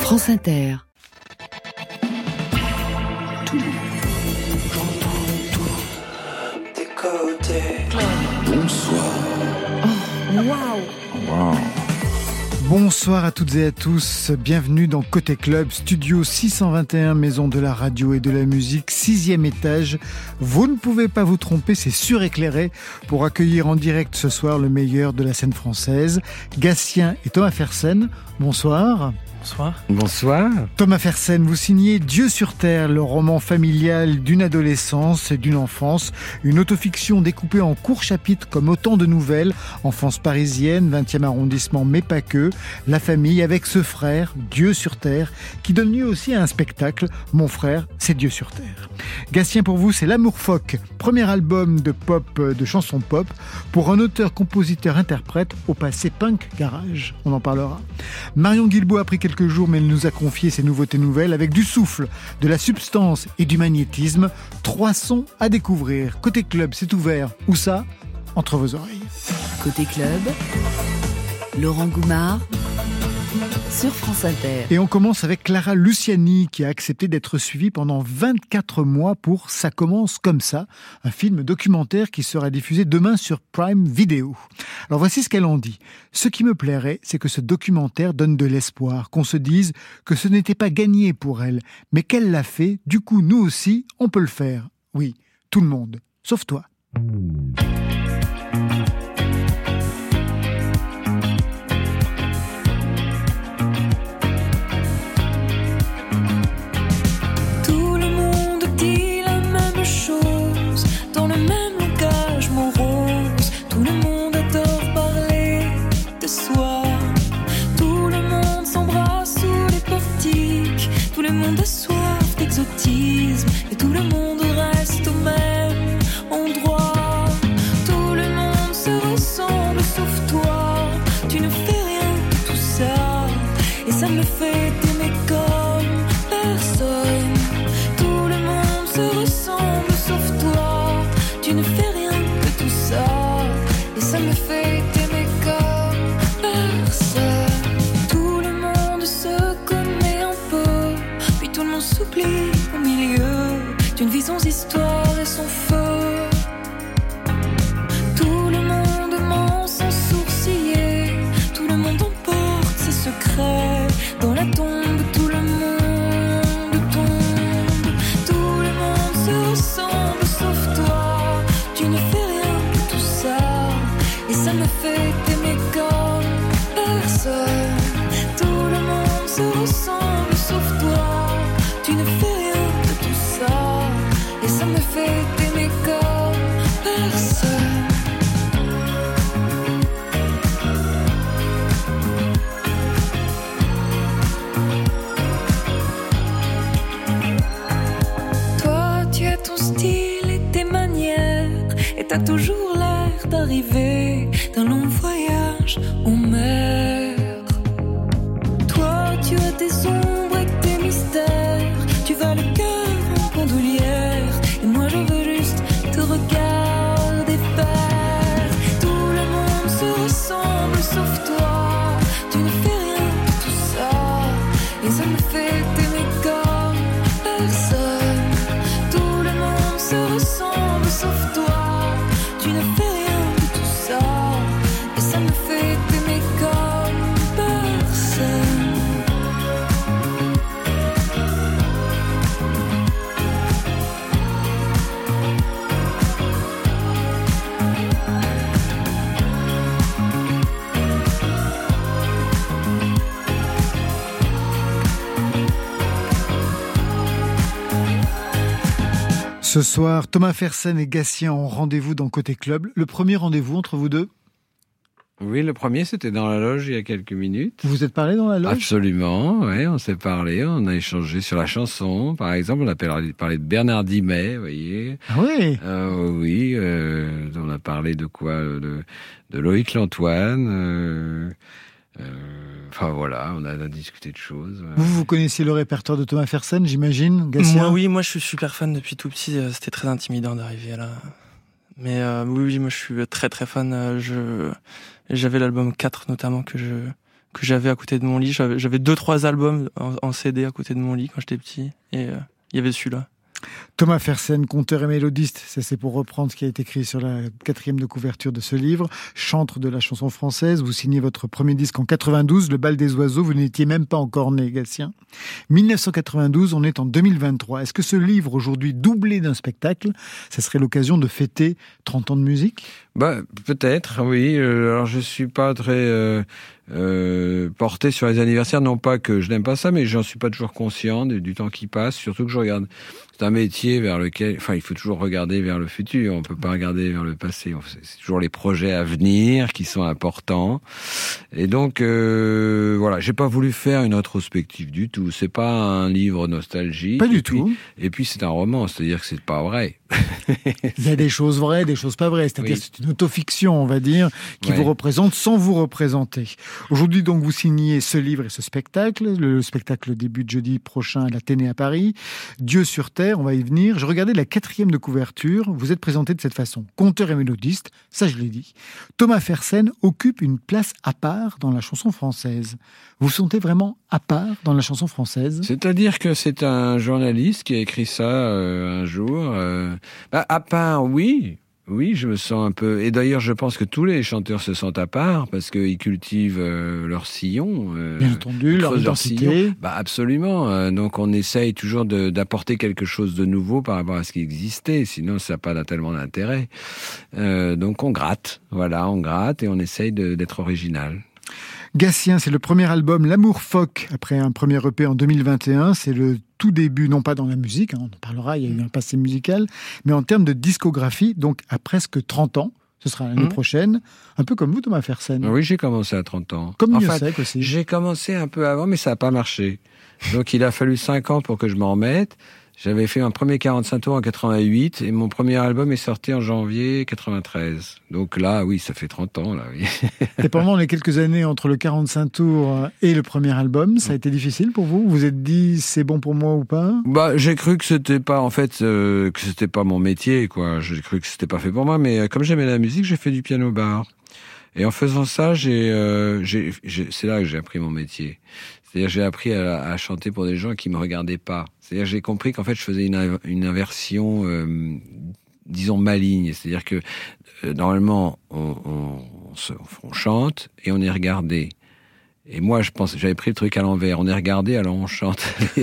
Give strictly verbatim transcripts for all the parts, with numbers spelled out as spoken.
France Inter. Tout, j'entends tout, des côtés. Bonsoir. Oh, waouh. Wow. Bonsoir à toutes et à tous, bienvenue dans Côté Club, studio six cent vingt et un, maison de la radio et de la musique, sixième étage. Vous ne pouvez pas vous tromper, c'est suréclairé pour accueillir en direct ce soir le meilleur de la scène française, Gatien et Thomas Fersen. Bonsoir. Bonsoir. Bonsoir. Thomas Fersen, vous signez Dieu sur Terre, le roman familial d'une adolescence et d'une enfance, une autofiction découpée en courts chapitres comme autant de nouvelles, enfance parisienne, vingtième arrondissement, mais pas que, la famille avec ce frère, Dieu sur Terre, qui donne lieu aussi à un spectacle, Mon frère, c'est Dieu sur Terre. Gatien, pour vous, c'est L'Amour Phoque, premier album de pop, de chansons pop, pour un auteur-compositeur-interprète au passé punk garage. On en parlera. Marion Guilbault a pris quelques jours, mais elle nous a confié ses nouveautés nouvelles avec du souffle, de la substance et du magnétisme. Trois sons à découvrir. Côté Club, c'est ouvert. Où ça ? Entre vos oreilles. Côté Club, Laurent Goumard sur France Inter. Et on commence avec Clara Luciani qui a accepté d'être suivie pendant vingt-quatre mois pour Ça commence comme ça, un film documentaire qui sera diffusé demain sur Prime Video. Alors voici ce qu'elle en dit. Ce qui me plairait, c'est que ce documentaire donne de l'espoir, qu'on se dise que ce n'était pas gagné pour elle, mais qu'elle l'a fait, du coup nous aussi, on peut le faire. Oui, tout le monde, sauf toi. Et tout le monde reste au même endroit. Tout le monde se ressemble sauf toi. Tu ne fais rien de tout ça. Et ça me fait t'aimer comme personne. Tout le monde se ressemble sauf toi. Tu ne fais rien de tout ça. Et ça me fait t'aimer comme personne. Tout le monde se connaît un peu. Puis tout le monde s'oublie au milieu d'une vie sans histoire et sans feu. Tout le monde ment sans sourciller. Tout le monde emporte ses secrets. Dans la tombe, tout le monde tombe. Tout le monde se ressemble sauf toi. Tu ne fais rien de tout ça. Et ça me fait t'aimer comme personne. Tout le monde se ressemble sauf toi. Tu ne fais rien de tout ça. Et ça me fait t'aimer comme personne. Toi, tu as ton style et tes manières. Et t'as toujours l'air d'arriver d'un long voyage en mer. Toi, tu as tes ombres et tes mystères. Tu vas le cœur en bandoulière. Et moi je veux juste te regarder faire. Tout le monde se ressemble sauf toi. Tu ne fais rien de tout ça. Et ça me fait t'aimer comme personne. Tout le monde se ressemble sauf toi. Tu ne fais rien de tout ça. Et ça me fait t'aimer comme personne. Ce soir, Thomas Fersen et Gatien ont rendez-vous dans Côté Club. Le premier rendez-vous entre vous deux ? Oui, le premier, c'était dans la loge il y a quelques minutes. Vous vous êtes parlé dans la loge ? Absolument, oui, on s'est parlé, on a échangé sur la chanson. Par exemple, on a parlé de Bernard Dimet, vous voyez. Ah oui euh, Oui, euh, on a parlé de quoi de, de Loïc Lantoine. Euh, euh, enfin voilà, on a, on a discuté de choses. Vous, vous connaissiez le répertoire de Thomas Fersen, j'imagine, Gatien ? Moi, oui, moi je suis super fan depuis tout petit. C'était très intimidant d'arriver là. Mais euh, oui, oui, moi je suis très très fan. Je, j'avais l'album quatre notamment que je que j'avais à côté de mon lit. J'avais, j'avais deux, trois albums en, en C D à côté de mon lit quand j'étais petit, et il euh, y avait celui-là. Thomas Fersen, conteur et mélodiste, ça c'est pour reprendre ce qui a été écrit sur la quatrième de couverture de ce livre, chantre de la chanson française. Vous signez votre premier disque en quatre-vingt-douze, Le Bal des Oiseaux, vous n'étiez même pas encore né, Gatien. dix-neuf cent quatre-vingt-douze, on est en deux mille vingt-trois. Est-ce que ce livre, aujourd'hui doublé d'un spectacle, ça serait l'occasion de fêter trente ans de musique ? Bah, peut-être, oui. Alors je suis pas très euh, euh, porté sur les anniversaires, non pas que je n'aime pas ça, mais j'en suis pas toujours conscient du, du temps qui passe, surtout que je regarde. C'est un métier vers lequel, enfin, il faut toujours regarder vers le futur. On peut pas regarder vers le passé. C'est toujours les projets à venir qui sont importants. Et donc, euh, voilà, j'ai pas voulu faire une rétrospective du tout. C'est pas un livre nostalgique. Pas du et puis, tout. Et puis, c'est un roman, c'est-à-dire que c'est pas vrai. Il y a des choses vraies, des choses pas vraies. C'est-à-dire oui. c'est une autofiction, on va dire, qui ouais. vous représente sans vous représenter. Aujourd'hui, donc, vous signez ce livre et ce spectacle. Le spectacle débute jeudi prochain à l'Athénée à Paris. Dieu sur terre, on va y venir. Je regardais la quatrième de couverture. Vous êtes présenté de cette façon. Conteur et mélodiste, ça je l'ai dit. Thomas Fersen occupe une place à part dans la chanson française. Vous vous sentez vraiment à part dans la chanson française ? C'est-à-dire que c'est un journaliste qui a écrit ça euh, un jour. Euh, bah, à part, oui. Oui, je me sens un peu... Et d'ailleurs, je pense que tous les chanteurs se sentent à part parce qu'ils cultivent euh, leur sillon. Euh, Bien entendu, leur identité. Bah, absolument. Euh, donc, on essaye toujours de, d'apporter quelque chose de nouveau par rapport à ce qui existait. Sinon, ça n'a pas tellement d'intérêt. Euh, donc, on gratte. Voilà, on gratte et on essaye de, d'être original. Gatien, c'est le premier album L'Amour Phoque, après un premier E P en deux mille vingt et un. C'est le tout début, non pas dans la musique, hein, on en parlera, il y a eu un passé musical, mais en termes de discographie, donc à presque trente ans. Ce sera l'année mmh. prochaine. Un peu comme vous, Thomas Fersen. Oui, j'ai commencé à trente ans. Comme enfin, Miossec aussi. J'ai commencé un peu avant, mais ça n'a pas marché. Donc il a fallu cinq ans pour que je m'en remette. J'avais fait un premier quarante-cinq tours en quatre-vingt-huit et mon premier album est sorti en janvier quatre-vingt-treize. Donc là, oui, ça fait trente ans. Là, oui. Et pendant les quelques années entre le quarante-cinq tours et le premier album, ça a été difficile pour vous ? Vous vous êtes dit c'est bon pour moi ou pas ? Bah, j'ai cru que c'était pas en fait euh, que c'était pas mon métier, quoi. J'ai cru que c'était pas fait pour moi, mais euh, comme j'aimais la musique, j'ai fait du piano bar. Et en faisant ça, j'ai, euh, j'ai, j'ai c'est là que j'ai appris mon métier. C'est-à-dire j'ai appris à, à chanter pour des gens qui me regardaient pas. C'est-à-dire j'ai compris qu'en fait je faisais une, une inversion, euh, disons maligne. C'est-à-dire que euh, normalement on, on, on, se, on chante et on est regardé. Et moi, je pense, j'avais pris le truc à l'envers. On est regardé, alors on chante.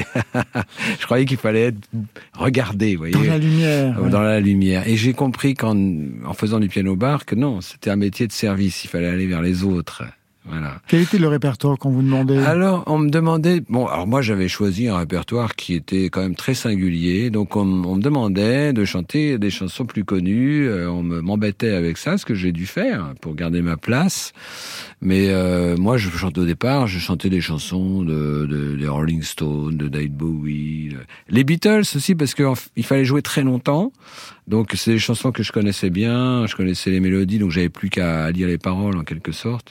Je croyais qu'il fallait être regardé, vous voyez. Dans la lumière. Dans ouais. la lumière. Et j'ai compris qu'en en faisant du piano bar que non, c'était un métier de service. Il fallait aller vers les autres. Voilà. Quel était le répertoire qu'on vous demandait ? Alors, on me demandait... Bon, alors moi, j'avais choisi un répertoire qui était quand même très singulier. Donc, on, on me demandait de chanter des chansons plus connues. Euh, on me, m'embêtait avec ça, ce que j'ai dû faire pour garder ma place. Mais euh, moi, je chantais au départ, je chantais des chansons de, de, des Rolling Stones, de David Bowie, de... les Beatles aussi, parce qu'il fallait jouer très longtemps. Donc, c'est des chansons que je connaissais bien, je connaissais les mélodies, donc j'avais plus qu'à lire les paroles en quelque sorte.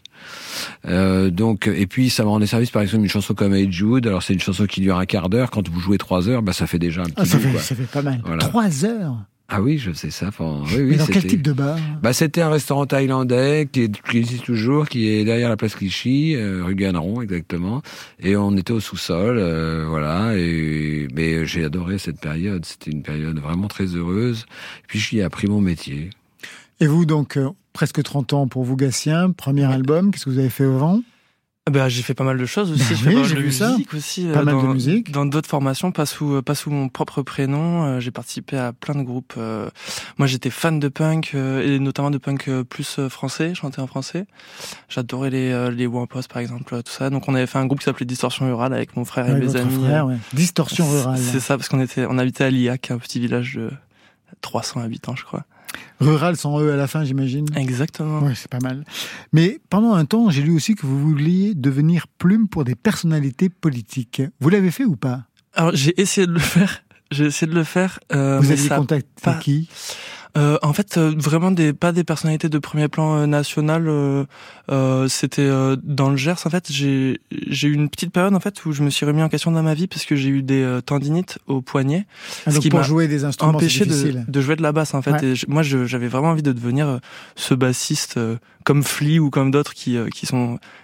Euh, donc, et puis ça m'a rendu service, par exemple, une chanson comme Hey Jude. Alors, c'est une chanson qui dure un quart d'heure. Quand vous jouez trois heures, bah ça fait déjà un petit ah, ça bout, fait, quoi. Ça fait pas mal. Voilà. Trois heures. Ah oui, je sais ça. Enfin, oui, oui, Mais dans c'était... quel type de bar ? Bah, c'était un restaurant thaïlandais qui, est, qui existe toujours, qui est derrière la place Clichy, euh, rue Ganneron, exactement. Et on était au sous-sol, euh, voilà. Et mais j'ai adoré cette période. C'était une période vraiment très heureuse. Et puis j'y ai appris mon métier. Et vous, donc, euh, presque trente ans pour vous, Gatien. Premier album, qu'est-ce que vous avez fait avant ? Bah, j'ai fait pas mal de choses aussi. Ben j'ai oui, fait pas j'ai mal de vu ça. musique aussi. Pas euh, mal dans, de musique. Dans d'autres formations, pas sous, pas sous mon propre prénom. Euh, j'ai participé à plein de groupes. Euh, moi, j'étais fan de punk, euh, et notamment de punk euh, plus euh, français, chanté en français. J'adorais les, euh, les Wampos, par exemple, tout ça. Donc, on avait fait un groupe qui s'appelait Distorsion Rurale avec mon frère et avec mes votre amis. Frère, ouais. Distorsion Rurale. C'est ça, parce qu'on était, on habitait à Liac, un petit village de trois cents habitants, je crois. Rural sans E à la fin, j'imagine. Exactement. Ouais, c'est pas mal. Mais pendant un temps, j'ai lu aussi que vous vouliez devenir plume pour des personnalités politiques. Vous l'avez fait ou pas ? Alors, j'ai essayé de le faire. J'ai essayé de le faire. Euh, vous mais aviez ça contacté pas... qui ? Euh, en fait, euh, vraiment des pas des personnalités de premier plan euh, national. Euh, euh, c'était euh, dans le Gers. En fait, j'ai j'ai eu une petite période en fait où je me suis remis en question dans ma vie parce que j'ai eu des euh, tendinites au poignet, ah, ce donc qui pour m'a jouer des instruments, empêché c'est difficile. de, de jouer de la basse en fait. Ouais. Et je, moi, je, j'avais vraiment envie de devenir euh, ce bassiste euh, comme Flea ou comme d'autres qui euh, qui sont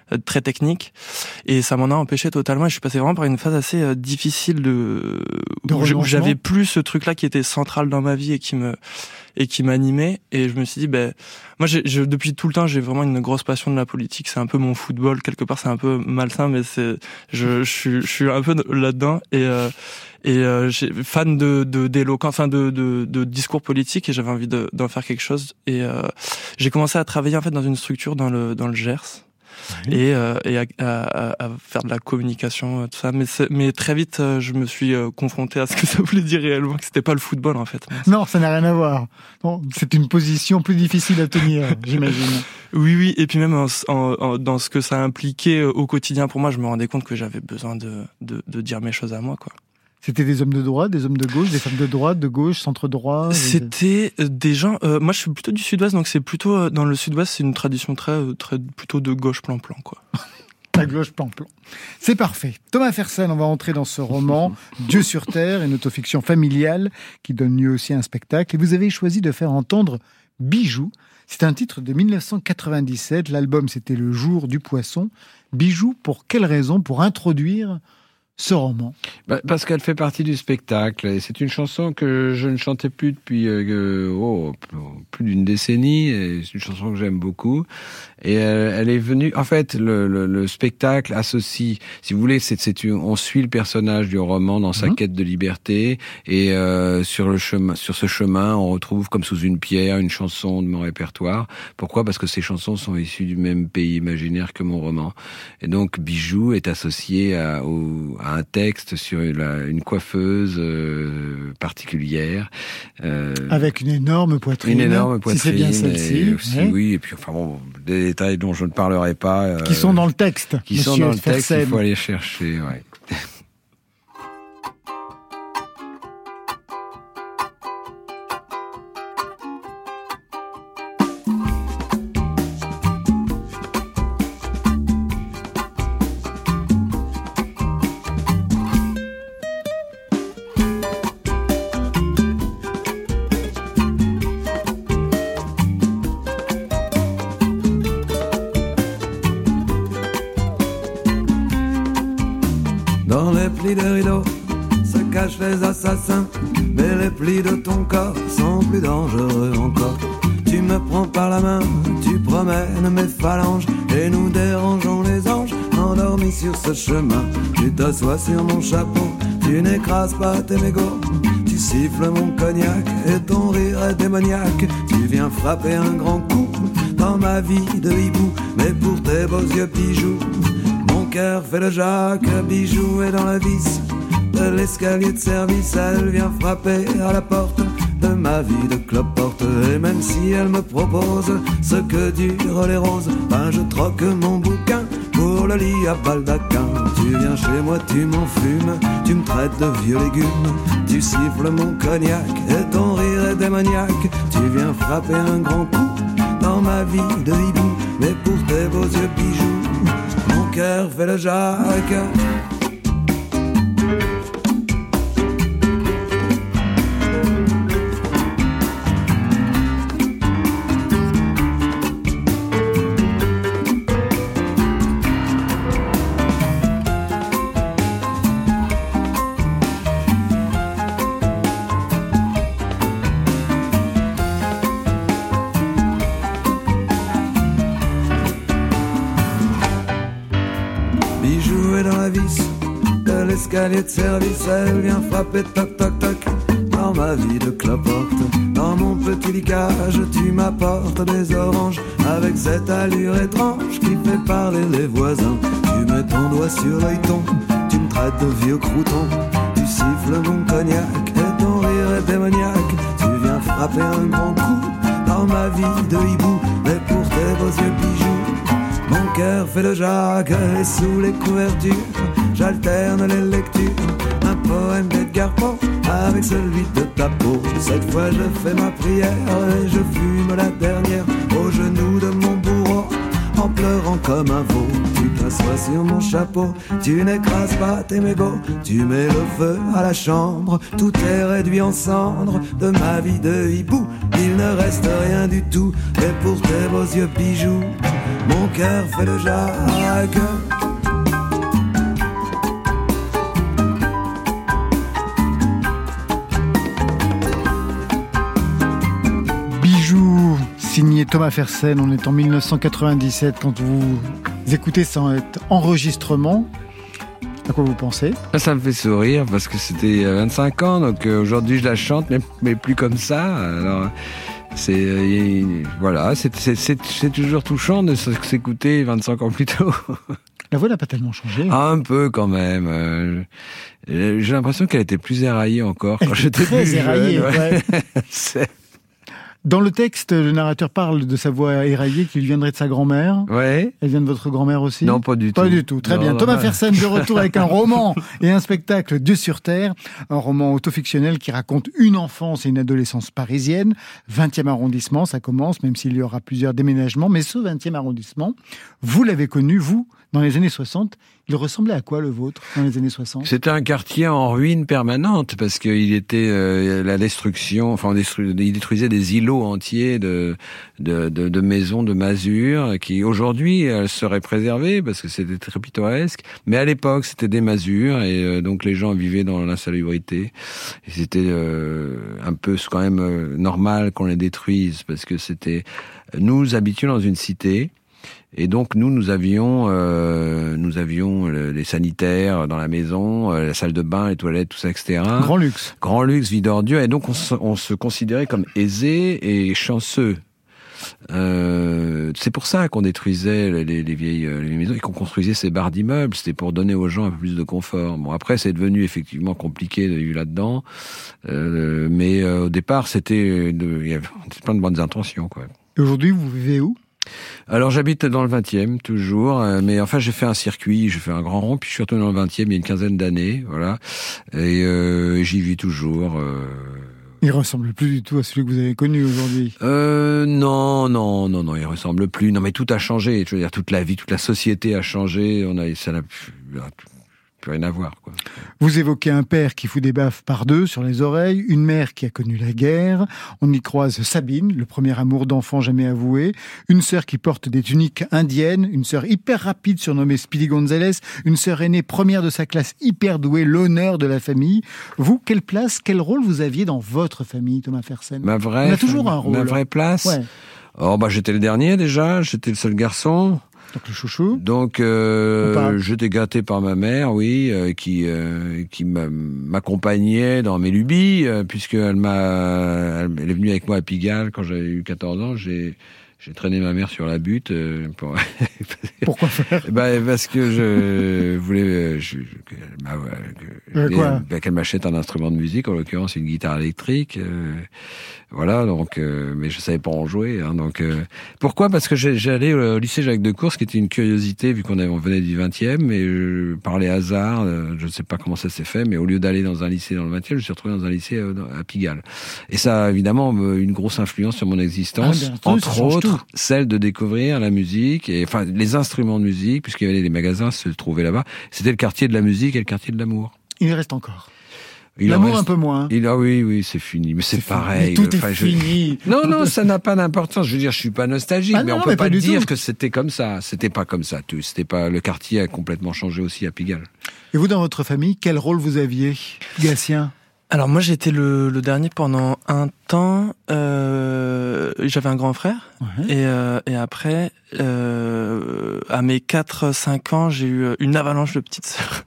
euh, très technique, et ça m'en a empêché totalement. Et je suis passé vraiment par une phase assez euh, difficile de, de où j'avais plus ce truc-là qui était central dans ma vie et qui me et qui m'animait. Et je me suis dit, ben moi, j'ai, je, depuis tout le temps, j'ai vraiment une grosse passion de la politique. C'est un peu mon football quelque part. C'est un peu malsain, mais c'est je je suis je suis un peu là-dedans et euh, et euh, j'ai fan de de d'éloquence, enfin de de de discours politique, et j'avais envie de d'en faire quelque chose. Et euh, j'ai commencé à travailler en fait dans une structure dans le dans le Gers. Oui. Et, euh, et à, à, à faire de la communication, tout ça. Mais, mais très vite, euh, je me suis euh, confronté à ce que ça voulait dire réellement, que c'était pas le football en fait. Non, ça n'a rien à voir. Bon, c'est une position plus difficile à tenir, j'imagine. Oui, oui. Et puis même en, en, en, dans ce que ça impliquait au quotidien pour moi, je me rendais compte que j'avais besoin de, de, de dire mes choses à moi, quoi. C'était des hommes de droite, des hommes de gauche, des femmes de droite, de gauche, centre-droit? C'était des gens... Euh, moi, je suis plutôt du sud-ouest, donc c'est plutôt... Euh, dans le sud-ouest, c'est une tradition très, très plutôt de gauche plan-plan, quoi. La gauche plan-plan. C'est parfait. Thomas Fersen, on va entrer dans ce roman, Dieu sur Terre, une autofiction familiale qui donne lieu aussi à un spectacle. Et vous avez choisi de faire entendre Bijou. C'est un titre de dix-neuf cent quatre-vingt-dix-sept. L'album, c'était Le Jour du Poisson. Bijou, pour quelle raison? Pour introduire ce roman? Bah, parce qu'elle fait partie du spectacle. Et c'est une chanson que je ne chantais plus depuis euh, oh, plus d'une décennie. Et c'est une chanson que j'aime beaucoup. Et elle, elle est venue... En fait, le, le, le spectacle associe... Si vous voulez, c'est, c'est une, on suit le personnage du roman dans sa mmh. quête de liberté. Et euh, sur, le chemin, sur ce chemin, on retrouve comme sous une pierre une chanson de mon répertoire. Pourquoi? Parce que ces chansons sont issues du même pays imaginaire que mon roman. Et donc, Bijou est associé à, au, à un texte sur la, une coiffeuse euh, particulière. Euh, Avec une énorme poitrine. Une énorme poitrine. Si c'est bien celle-ci. Et aussi, ouais. Oui, et puis enfin bon, des détails dont je ne parlerai pas. Euh, qui sont dans le texte. Qui sont dans le texte, il faut aller chercher, ouais. Les assassins, mais les plis de ton corps sont plus dangereux encore. Tu me prends par la main, tu promènes mes phalanges, et nous dérangeons les anges endormis sur ce chemin. Tu t'assois sur mon chapeau, tu n'écrases pas tes mégots, tu siffles mon cognac et ton rire est démoniaque. Tu viens frapper un grand coup dans ma vie de hibou, mais pour tes beaux yeux bijoux, mon cœur fait le Jacques. Bijou est dans la vis de l'escalier de service, elle vient frapper à la porte de ma vie de cloporte. Et même si elle me propose ce que durent les roses, ben je troque mon bouquin pour le lit à baldaquin. Tu viens chez moi, tu m'enfumes, tu me traites de vieux légumes, tu siffles mon cognac et ton rire est démoniaque. Tu viens frapper un grand coup dans ma vie de hibou, mais pour tes beaux yeux bijoux, mon cœur fait le Jacques. Escalier de service, elle vient frapper toc toc toc dans ma vie de cloporte. Dans mon petit licage, tu m'apportes des oranges avec cette allure étrange qui fait parler les voisins. Tu mets ton doigt sur l'œilleton, tu me traites de vieux crouton, tu siffles mon cognac et ton rire est démoniaque. Tu viens frapper un grand coup dans ma vie de hibou, mais pour tes beaux yeux bijoux, mon cœur fait le Jacques. Et sous les couvertures, j'alterne les lectures, un poème d'Edgar Poe avec celui de ta peau. Cette fois je fais ma prière et je fume la dernière au genou de mon bourreau, en pleurant comme un veau. Tu t'assois sur mon chapeau, tu n'écrases pas tes mégots, tu mets le feu à la chambre, tout est réduit en cendres. De ma vie de hibou, il ne reste rien du tout, et pour tes beaux yeux bijoux, mon cœur fait le Jacques. Bijoux, signé Thomas Fersen. On est en mille neuf cent quatre-vingt-dix-sept quand vous écoutez cet enregistrement. À quoi vous pensez ? Ça me fait sourire parce que c'était il y a vingt-cinq ans, donc euh, aujourd'hui je la chante, mais, mais plus comme ça. Alors c'est euh, voilà, c'est, c'est, c'est, c'est toujours touchant de s'écouter vingt-cinq ans plus tôt. La voix n'a pas tellement changé. Ah, un peu quand même. Euh, j'ai l'impression qu'elle était plus éraillée encore quand j'étais très plus éraillée, jeune. Ouais. Ouais. c'est... Dans le texte, le narrateur parle de sa voix éraillée qui lui viendrait de sa grand-mère. Ouais. Elle vient de votre grand-mère aussi ? Non, pas du pas tout. Pas du tout, très non, bien. Non, Thomas non. Fersen de retour avec un roman et un spectacle, Dieu sur Terre, un roman autofictionnel qui raconte une enfance et une adolescence parisienne. vingtième arrondissement, ça commence, même s'il y aura plusieurs déménagements. Mais ce vingtième arrondissement, vous l'avez connu, vous, dans les années soixante. Il ressemblait à quoi, le vôtre, dans les années soixante ? C'était un quartier en ruine permanente, parce qu'il était euh, la destruction, enfin, on destru, il détruisait des îlots entiers de, de, de, de maisons de masures, qui aujourd'hui elles seraient préservées, parce que c'était très pittoresque, mais à l'époque c'était des masures, et euh, donc les gens vivaient dans l'insalubrité, et c'était euh, un peu quand même euh, normal qu'on les détruise, parce que c'était... Nous habitions dans une cité, et donc nous, nous avions, euh, nous avions le, les sanitaires dans la maison, euh, la salle de bain, les toilettes, tout ça, et cetera. Grand luxe. Grand luxe, vie d'ordure, et donc on se, on se considérait comme aisés et chanceux. Euh, c'est pour ça qu'on détruisait les, les, les vieilles les maisons et qu'on construisait ces barres d'immeubles. C'était pour donner aux gens un peu plus de confort. Bon, après, c'est devenu effectivement compliqué de vivre là-dedans, euh, mais euh, au départ, c'était de, il y avait plein de bonnes intentions, quoi. Et aujourd'hui, vous vivez où ? Alors j'habite dans le vingtième toujours, euh, mais enfin j'ai fait un circuit, j'ai fait un grand rond, puis je suis retourné dans le vingtième il y a une quinzaine d'années, voilà, et euh, j'y vis toujours. Euh... Il ressemble plus du tout à celui que vous avez connu aujourd'hui. Euh, non, non, non, non, il ressemble plus. Non, mais tout a changé. Je veux dire, toute la vie, toute la société a changé. On a, ça n'a plus, plus rien à voir, quoi. Vous évoquez un père qui fout des baffes par deux sur les oreilles, une mère qui a connu la guerre. On y croise Sabine, le premier amour d'enfant jamais avoué, une sœur qui porte des tuniques indiennes, une sœur hyper rapide surnommée Speedy Gonzalez, une sœur aînée première de sa classe hyper douée, l'honneur de la famille. Vous, quelle place, quel rôle vous aviez dans votre famille, Thomas Fersen ? Ma vraie, On a toujours un rôle. Ma vraie place. Ouais. Oh bah j'étais le dernier déjà, j'étais le seul garçon. Donc le chouchou. Donc euh, j'étais gâté par ma mère, oui, euh, qui euh, qui m'accompagnait dans mes lubies, euh, puisqu'elle m'a, elle est venue avec moi à Pigalle quand j'avais eu quatorze ans. J'ai J'ai traîné ma mère sur la butte. Euh, pour... Pourquoi faire ? Ben, parce que je voulais je, qu'elle, m'a, que, euh, quoi ben, qu'elle m'achète un instrument de musique, en l'occurrence une guitare électrique. Euh, voilà, donc, euh, mais je savais pas en jouer. Hein, donc, euh, pourquoi ? Parce que j'ai, j'allais au lycée Jacques Decour, ce qui était une curiosité vu qu'on avait, on venait du vingtième, et je, par les hasards, euh, je ne sais pas comment ça s'est fait, mais au lieu d'aller dans un lycée dans le vingtième, je me suis retrouvé dans un lycée euh, à Pigalle. Et ça a évidemment une grosse influence sur mon existence, ah, entendu, entre autres celle de découvrir la musique et enfin les instruments de musique, puisqu'il y avait des magasins se trouvaient là-bas. C'était le quartier de la musique et le quartier de l'amour. Il reste encore. Il L'amour reste... un peu moins. Il... Ah oui, oui, c'est fini. Mais c'est, c'est pareil. Fini. Tout enfin, est je... fini. Non, non, ça n'a pas d'importance. Je veux dire, je suis pas nostalgique, ah mais non, on peut mais pas, pas dire tout. que c'était comme ça. C'était pas comme ça. Tout. C'était pas. Le quartier a complètement changé aussi à Pigalle. Et vous, dans votre famille, quel rôle vous aviez, Gatien ? Alors moi j'ai été le, le dernier pendant un temps, euh, j'avais un grand frère, ouais. et, euh, et après, euh, à mes quatre cinq ans, j'ai eu une avalanche de petites sœurs,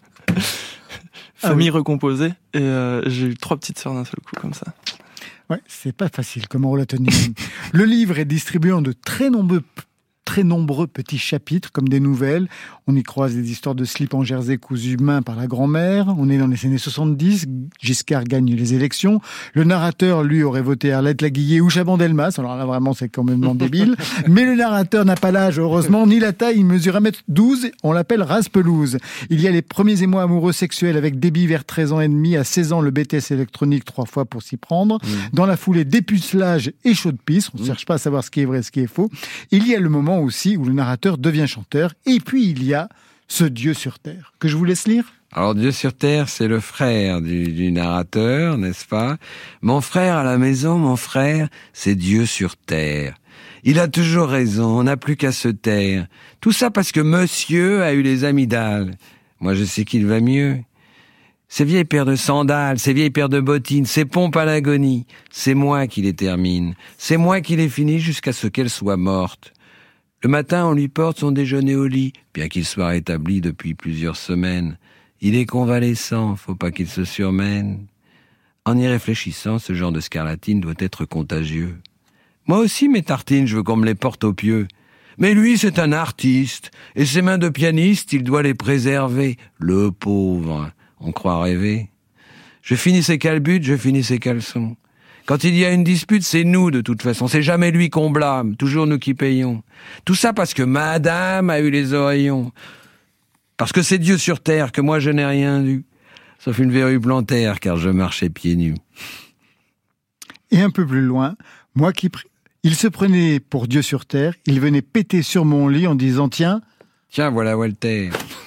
famille ah oui. recomposée, et euh, j'ai eu trois petites sœurs d'un seul coup comme ça. Ouais, c'est pas facile comme rôle à tenir. Le livre est distribué en de très nombreux très nombreux petits chapitres, comme des nouvelles. On y croise des histoires de slip en jersey cousu main par la grand-mère. On est dans les années soixante-dix. Giscard gagne les élections. Le narrateur, lui, aurait voté Arlette Laguillet ou Chaban-Delmas. Alors là, vraiment, c'est quand même débile. Mais le narrateur n'a pas l'âge, heureusement, ni la taille. Il mesure un mètre douze. On l'appelle Raspelouse. Il y a les premiers émois amoureux sexuels avec Déby vers treize ans et demi. À seize ans, le B T S électronique trois fois pour s'y prendre. Mmh. Dans la foulée, dépucelage et chaud de pisse. On ne mmh. cherche pas à savoir ce qui est vrai, ce qui est faux. Il y a le moment roman aussi où le narrateur devient chanteur. Et puis il y a ce Dieu sur terre, que je vous laisse lire. Alors Dieu sur terre, c'est le frère du, du narrateur, n'est-ce pas? Mon frère à la maison, mon frère, c'est Dieu sur terre. Il a toujours raison, on n'a plus qu'à se taire. Tout ça parce que monsieur a eu les amygdales. Moi je sais qu'il va mieux. Ces vieilles paires de sandales, ces vieilles paires de bottines, ces pompes à l'agonie, c'est moi qui les termine. C'est moi qui les finis jusqu'à ce qu'elles soient mortes. Le matin, on lui porte son déjeuner au lit, bien qu'il soit rétabli depuis plusieurs semaines. Il est convalescent, faut pas qu'il se surmène. En y réfléchissant, ce genre de scarlatine doit être contagieux. Moi aussi, mes tartines, je veux qu'on me les porte au pieu. Mais lui, c'est un artiste, et ses mains de pianiste, il doit les préserver. Le pauvre, on croit rêver. Je finis ses calbutes, je finis ses caleçons. Quand il y a une dispute, c'est nous, de toute façon. C'est jamais lui qu'on blâme, toujours nous qui payons. Tout ça parce que madame a eu les oreillons. Parce que c'est Dieu sur terre que moi je n'ai rien vu, sauf une verrue plantaire, car je marchais pieds nus. Et un peu plus loin, moi qui prie. Il se prenait pour Dieu sur terre, il venait péter sur mon lit en disant « Tiens, tiens, voilà Walter ».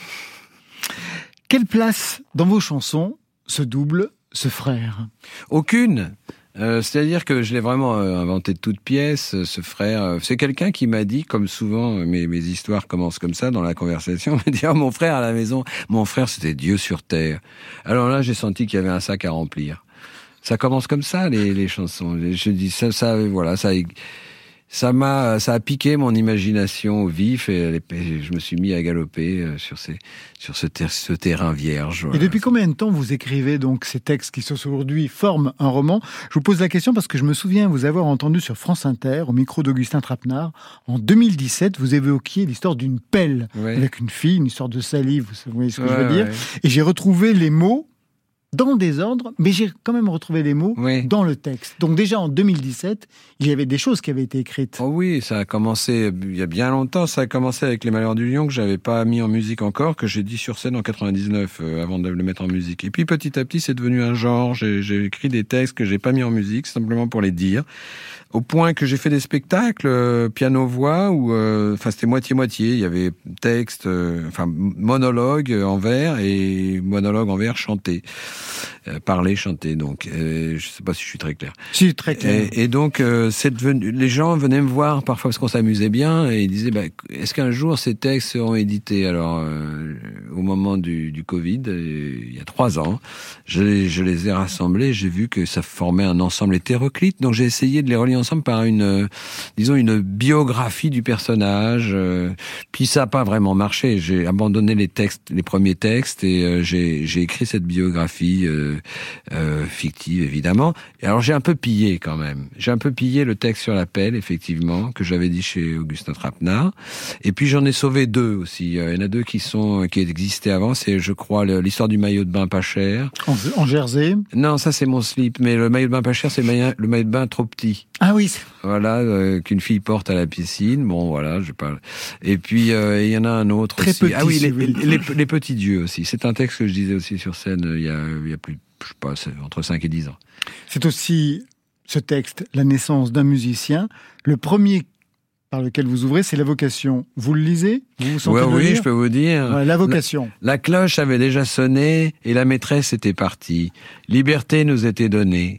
Quelle place dans vos chansons ce double, ce frère? Aucune. Euh, c'est-à-dire que je l'ai vraiment euh, inventé de toutes pièces, euh, ce frère. Euh, c'est quelqu'un qui m'a dit, comme souvent euh, mes, mes histoires commencent comme ça dans la conversation, il m'a dit « Oh, mon frère à la maison, mon frère c'était Dieu sur terre ». Alors là, j'ai senti qu'il y avait un sac à remplir. Ça commence comme ça, les, les chansons. Je dis ça, ça, voilà, ça, ça m'a, ça a piqué mon imagination au vif et je me suis mis à galoper sur ces, sur ce, ter, ce terrain vierge. Voilà. Et depuis combien de temps vous écrivez donc ces textes qui aujourd'hui forment un roman? Je vous pose la question parce que je me souviens vous avoir entendu sur France Inter, au micro d'Augustin Trapenard, en deux mille dix-sept, vous évoquiez l'histoire d'une pelle ouais. avec une fille, une histoire de salive, vous voyez ce que ouais, je veux dire. Ouais. Et j'ai retrouvé les mots dans le désordre, mais j'ai quand même retrouvé les mots oui. dans le texte. Donc déjà en deux mille dix-sept, il y avait des choses qui avaient été écrites. Oh oui, ça a commencé il y a bien longtemps. Ça a commencé avec Les Malheurs du Lion, que j'avais pas mis en musique encore, que j'ai dit sur scène en quatre-vingt-dix-neuf, euh, avant de le mettre en musique. Et puis petit à petit, c'est devenu un genre. J'ai, j'ai écrit des textes que j'ai pas mis en musique, simplement pour les dire. Au point que j'ai fait des spectacles euh, piano-voix où, euh, enfin, c'était moitié-moitié. Il y avait texte, euh, enfin, monologue en vers et monologue en vers chanté. Euh, parler, chanter, donc euh, je sais pas si je suis très clair. Si, très clair. Et, et donc euh, c'est devenu, les gens venaient me voir parfois parce qu'on s'amusait bien et ils disaient bah, est-ce qu'un jour ces textes seront édités? Alors euh, au moment du, du Covid, euh, il y a trois ans, je, je les ai rassemblés, j'ai vu que ça formait un ensemble hétéroclite, donc j'ai essayé de les relier ensemble par une, euh, disons une biographie du personnage. Euh, puis ça n'a pas vraiment marché. J'ai abandonné les textes, les premiers textes et euh, j'ai, j'ai écrit cette biographie. Euh, Euh, fictive évidemment. Et alors j'ai un peu pillé quand même. J'ai un peu pillé le texte sur la pelle, effectivement, que j'avais dit chez Augustin Trapenard. Et puis j'en ai sauvé deux aussi. Il y en a deux qui sont qui existaient avant. C'est, je crois, l'histoire du maillot de bain pas cher. En, en jersey. Non, ça c'est mon slip. Mais le maillot de bain pas cher, c'est le maillot, le maillot de bain trop petit. Ah oui. Voilà, euh, qu'une fille porte à la piscine. Bon, voilà, je parle. Et puis euh, il y en a un autre Très aussi. Petit, ah oui, les, les, les, les petits dieux aussi. C'est un texte que je disais aussi sur scène. Il y a, il y a plus je sais pas, c'est entre cinq et dix ans. C'est aussi ce texte, la naissance d'un musicien. Le premier par lequel vous ouvrez, c'est la vocation. Vous le lisez? Vous vous sentez ouais, le Oui, lire je peux vous dire. Ouais, la vocation. La, la cloche avait déjà sonné et la maîtresse était partie. Liberté nous était donnée.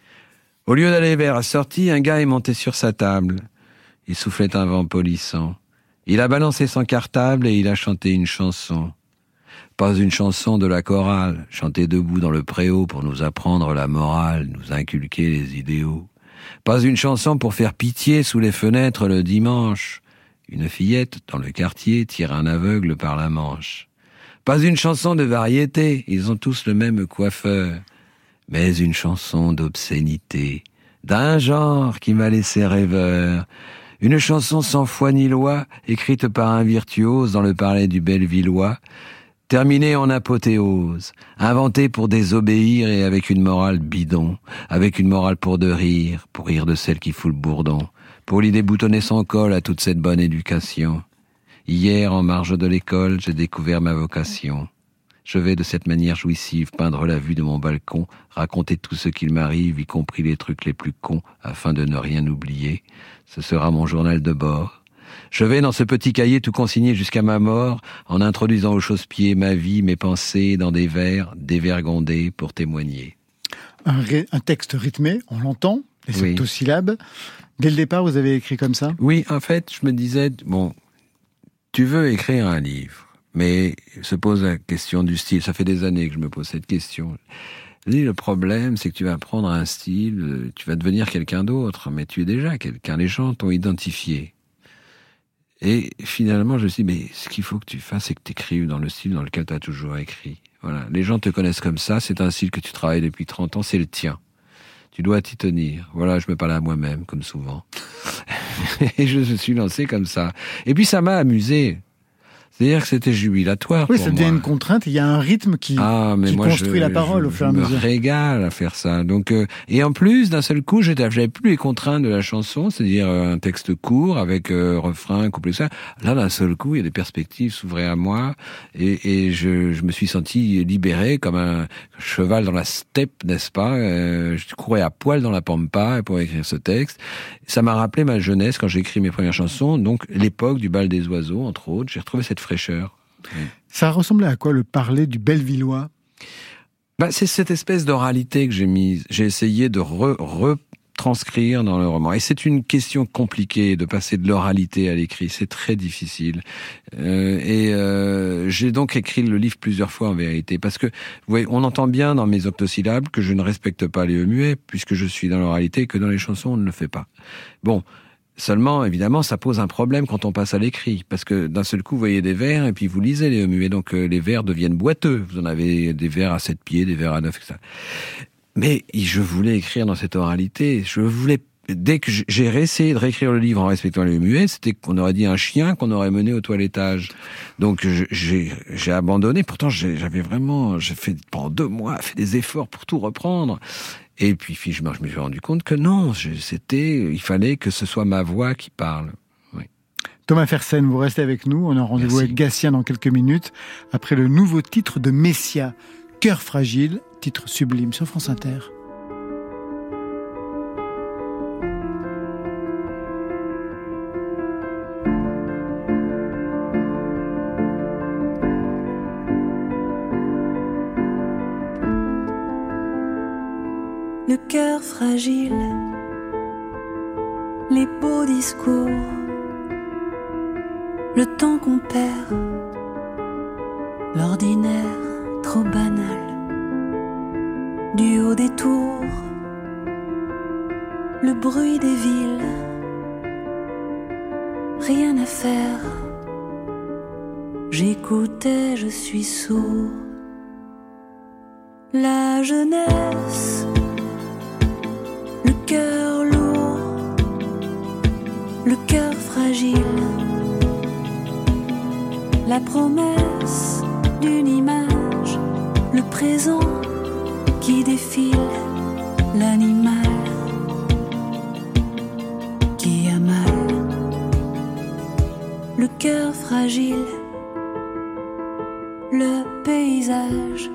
Au lieu d'aller vers la sortie, un gars est monté sur sa table. Il soufflait un vent polissant. Il a balancé son cartable et il a chanté une chanson. Pas une chanson de la chorale, chantée debout dans le préau pour nous apprendre la morale, nous inculquer les idéaux. Pas une chanson pour faire pitié sous les fenêtres le dimanche. Une fillette dans le quartier tire un aveugle par la manche. Pas une chanson de variété, ils ont tous le même coiffeur. Mais une chanson d'obscénité, d'un genre qui m'a laissé rêveur. Une chanson sans foi ni loi, écrite par un virtuose dans le palais du Bellevillois. Terminé en apothéose, inventé pour désobéir et avec une morale bidon, avec une morale pour de rire, pour rire de celle qui fout le bourdon, pour lui déboutonner son col à toute cette bonne éducation. Hier, en marge de l'école, j'ai découvert ma vocation. Je vais de cette manière jouissive peindre la vue de mon balcon, raconter tout ce qu'il m'arrive, y compris les trucs les plus cons, afin de ne rien oublier. Ce sera mon journal de bord. Je vais dans ce petit cahier tout consigner jusqu'à ma mort, en introduisant au chausse-pied ma vie, mes pensées, dans des vers dévergondés pour témoigner. Un, ré- un texte rythmé, on l'entend, les Oui. octosyllabes. Dès le départ, vous avez écrit comme ça ? Oui, en fait, je me disais, bon, tu veux écrire un livre, mais se pose la question du style. Ça fait des années que je me pose cette question. Je dis, le problème, c'est que tu vas prendre un style, tu vas devenir quelqu'un d'autre, mais tu es déjà quelqu'un. Les gens t'ont identifié. Et finalement, je me suis dit, mais ce qu'il faut que tu fasses, c'est que tu écrives dans le style dans lequel tu as toujours écrit. Voilà. Les gens te connaissent comme ça, c'est un style que tu travailles depuis trente ans, c'est le tien. Tu dois t'y tenir. Voilà, je me parle à moi-même, comme souvent. Et je me suis lancé comme ça. Et puis ça m'a amusé. C'est-à-dire que c'était jubilatoire Oui, pour ça devient moi. une contrainte. Il y a un rythme qui, Ah, mais qui moi, construit je, la parole je, au fur et à je mesure. me régale à faire ça. Donc, euh, et en plus, d'un seul coup, j'étais, j'avais plus les contraintes de la chanson, c'est-à-dire euh, un texte court avec euh, refrain, couplet, ça. Là, d'un seul coup, il y a des perspectives s'ouvraient à moi, et, et je, je me suis senti libéré comme un cheval dans la steppe, n'est-ce pas euh, Je courais à poil dans la pampa pour écrire ce texte. Ça m'a rappelé ma jeunesse quand j'ai écrit mes premières chansons, donc l'époque du bal des oiseaux, entre autres. J'ai retrouvé cette fraîcheur. Ça ressemblait à quoi le parler du Bellevillois ? Bah, c'est cette espèce d'oralité que j'ai mise. J'ai essayé de re, retranscrire dans le roman. Et c'est une question compliquée de passer de l'oralité à l'écrit. C'est très difficile. Euh, et euh, j'ai donc écrit le livre plusieurs fois en vérité. Parce que, vous voyez, on entend bien dans mes octosyllabes que je ne respecte pas les E muets, puisque je suis dans l'oralité, que dans les chansons, on ne le fait pas. Bon. Seulement, évidemment, ça pose un problème quand on passe à l'écrit, parce que d'un seul coup, vous voyez des vers, et puis vous lisez les muets, donc euh, les vers deviennent boiteux. Vous en avez des vers à sept pieds, des vers à neuf, et cetera. Mais je voulais écrire dans cette oralité, je voulais... Dès que j'ai essayé de réécrire le livre en respectant les muets, c'était qu'on aurait dit un chien qu'on aurait mené au toilettage. Donc j'ai, j'ai abandonné, pourtant j'ai, j'avais vraiment... J'ai fait pendant deux mois, fait des efforts pour tout reprendre. Et puis, je me suis rendu compte que non, c'était, il fallait que ce soit ma voix qui parle. Oui. Thomas Fersen, vous restez avec nous. On a rendez-vous Merci. avec Gatien dans quelques minutes. Après le nouveau titre de Messia, Cœur fragile, titre sublime sur France Inter. Le cœur fragile, les beaux discours, le temps qu'on perd, l'ordinaire trop banal, du haut des tours, le bruit des villes, rien à faire, j'écoutais, je suis sourd, la jeunesse. Le cœur lourd, le cœur fragile, la promesse d'une image, le présent qui défile, l'animal qui a mal, le cœur fragile, le paysage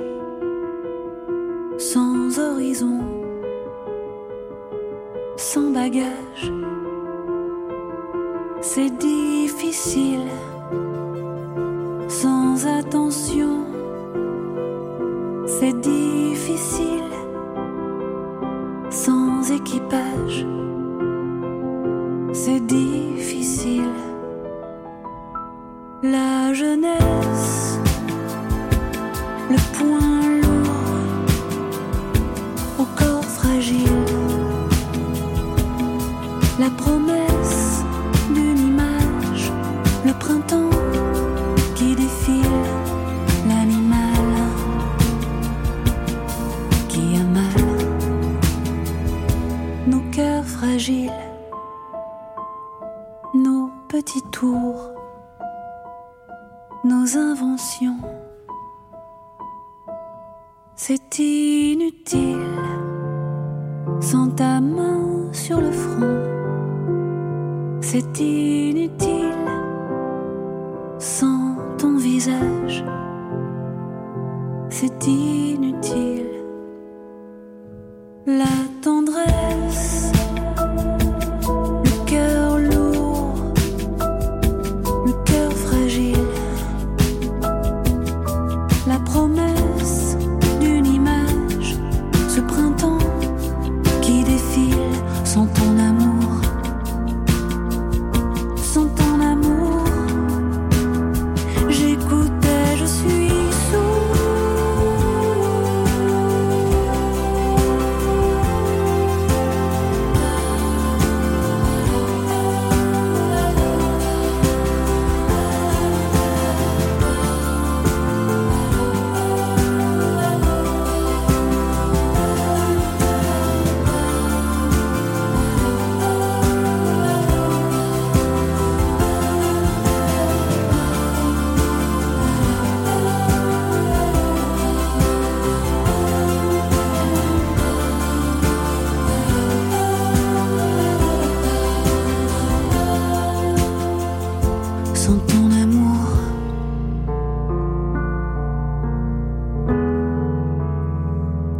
sans horizon, sans bagage, c'est difficile, sans attention, c'est difficile, sans équipage, c'est difficile, la jeunesse, le poing lourd, au corps fragile, la promesse d'une image, le printemps qui défile, l'animal qui a mal, nos cœurs fragiles, nos petits tours, nos inventions, c'est inutile sans ta main sur le front. C'est inutile sans ton visage, c'est inutile. La tendresse, le cœur lourd,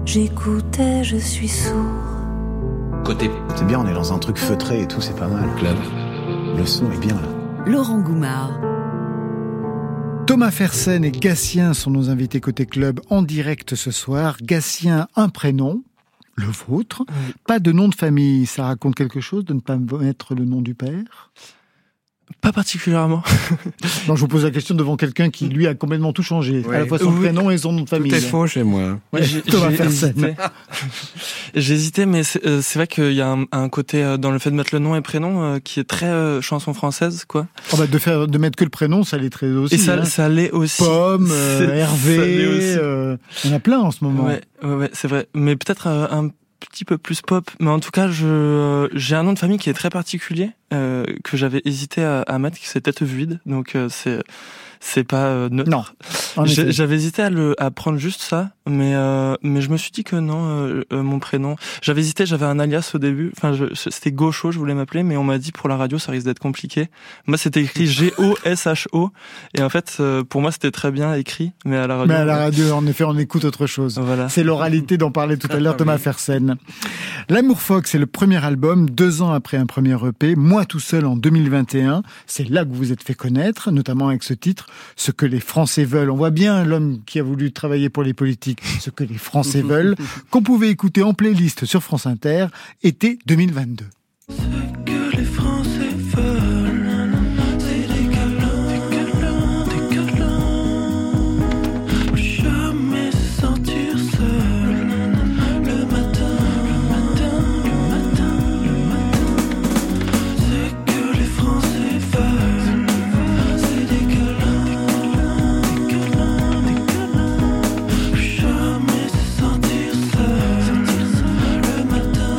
J'écoutais, je suis sourd. Côté, c'est bien, on est dans un truc feutré et tout, c'est pas mal. Club. Le son est bien là. Laurent Goumard. Thomas Fersen et Gatien sont nos invités côté club en direct ce soir. Gatien, un prénom, le vôtre. Oui. Pas de nom de famille. Ça raconte quelque chose de ne pas mettre le nom du père ? Pas particulièrement. Non, je vous pose la question devant quelqu'un qui, lui, a complètement tout changé. Ouais. À la fois son oui. prénom et son nom de famille. Tout est faux chez moi. Ouais, j'ai, Thomas j'ai Fersen. Hésité. J'ai hésité, mais c'est, euh, c'est vrai qu'il y a un, un côté euh, dans le fait de mettre le nom et prénom euh, qui est très euh, chanson française, quoi. Oh bah de faire, de mettre que le prénom, ça l'est très aussi. Et ça, hein. ça l'est aussi. Pomme, euh, Hervé, euh, il y en a plein en ce moment. Ouais, ouais, ouais c'est vrai. Mais peut-être euh, un petit peu plus pop, mais en tout cas, je euh, j'ai un nom de famille qui est très particulier euh, que j'avais hésité à, à mettre, qui c'est Tête Vide, donc euh, c'est c'est pas euh, neutre. Non. J'ai, j'avais hésité à le à prendre juste ça, mais euh, mais je me suis dit que non, euh, euh, mon prénom. J'avais hésité, j'avais un alias au début. Enfin, je, c'était Gaucho, je voulais m'appeler, mais on m'a dit pour la radio ça risque d'être compliqué. Moi, c'était écrit G O S H O, et en fait, euh, pour moi, c'était très bien écrit, mais à la radio. Mais à la radio, en effet, on écoute autre chose. Voilà. C'est l'oralité dont parlait tout à l'heure Thomas Fersen. L'Amour Phoque, c'est le premier album, deux ans après un premier E P. Moi tout seul en deux mille vingt et un. C'est là que vous vous êtes fait connaître, notamment avec ce titre, Ce que les Français veulent. On voit bien l'homme qui a voulu travailler pour les politiques, Ce que les Français veulent, qu'on pouvait écouter en playlist sur France Inter, été deux mille vingt-deux. Ce que les Français veulent, c'est des câlins, des câlins, des câlins. Jamais se sentir seul. Le matin, le matin, le matin, le matin. Ce que les Français veulent, c'est des câlins, des câlins, des câlins. Jamais se sentir seul. Le matin,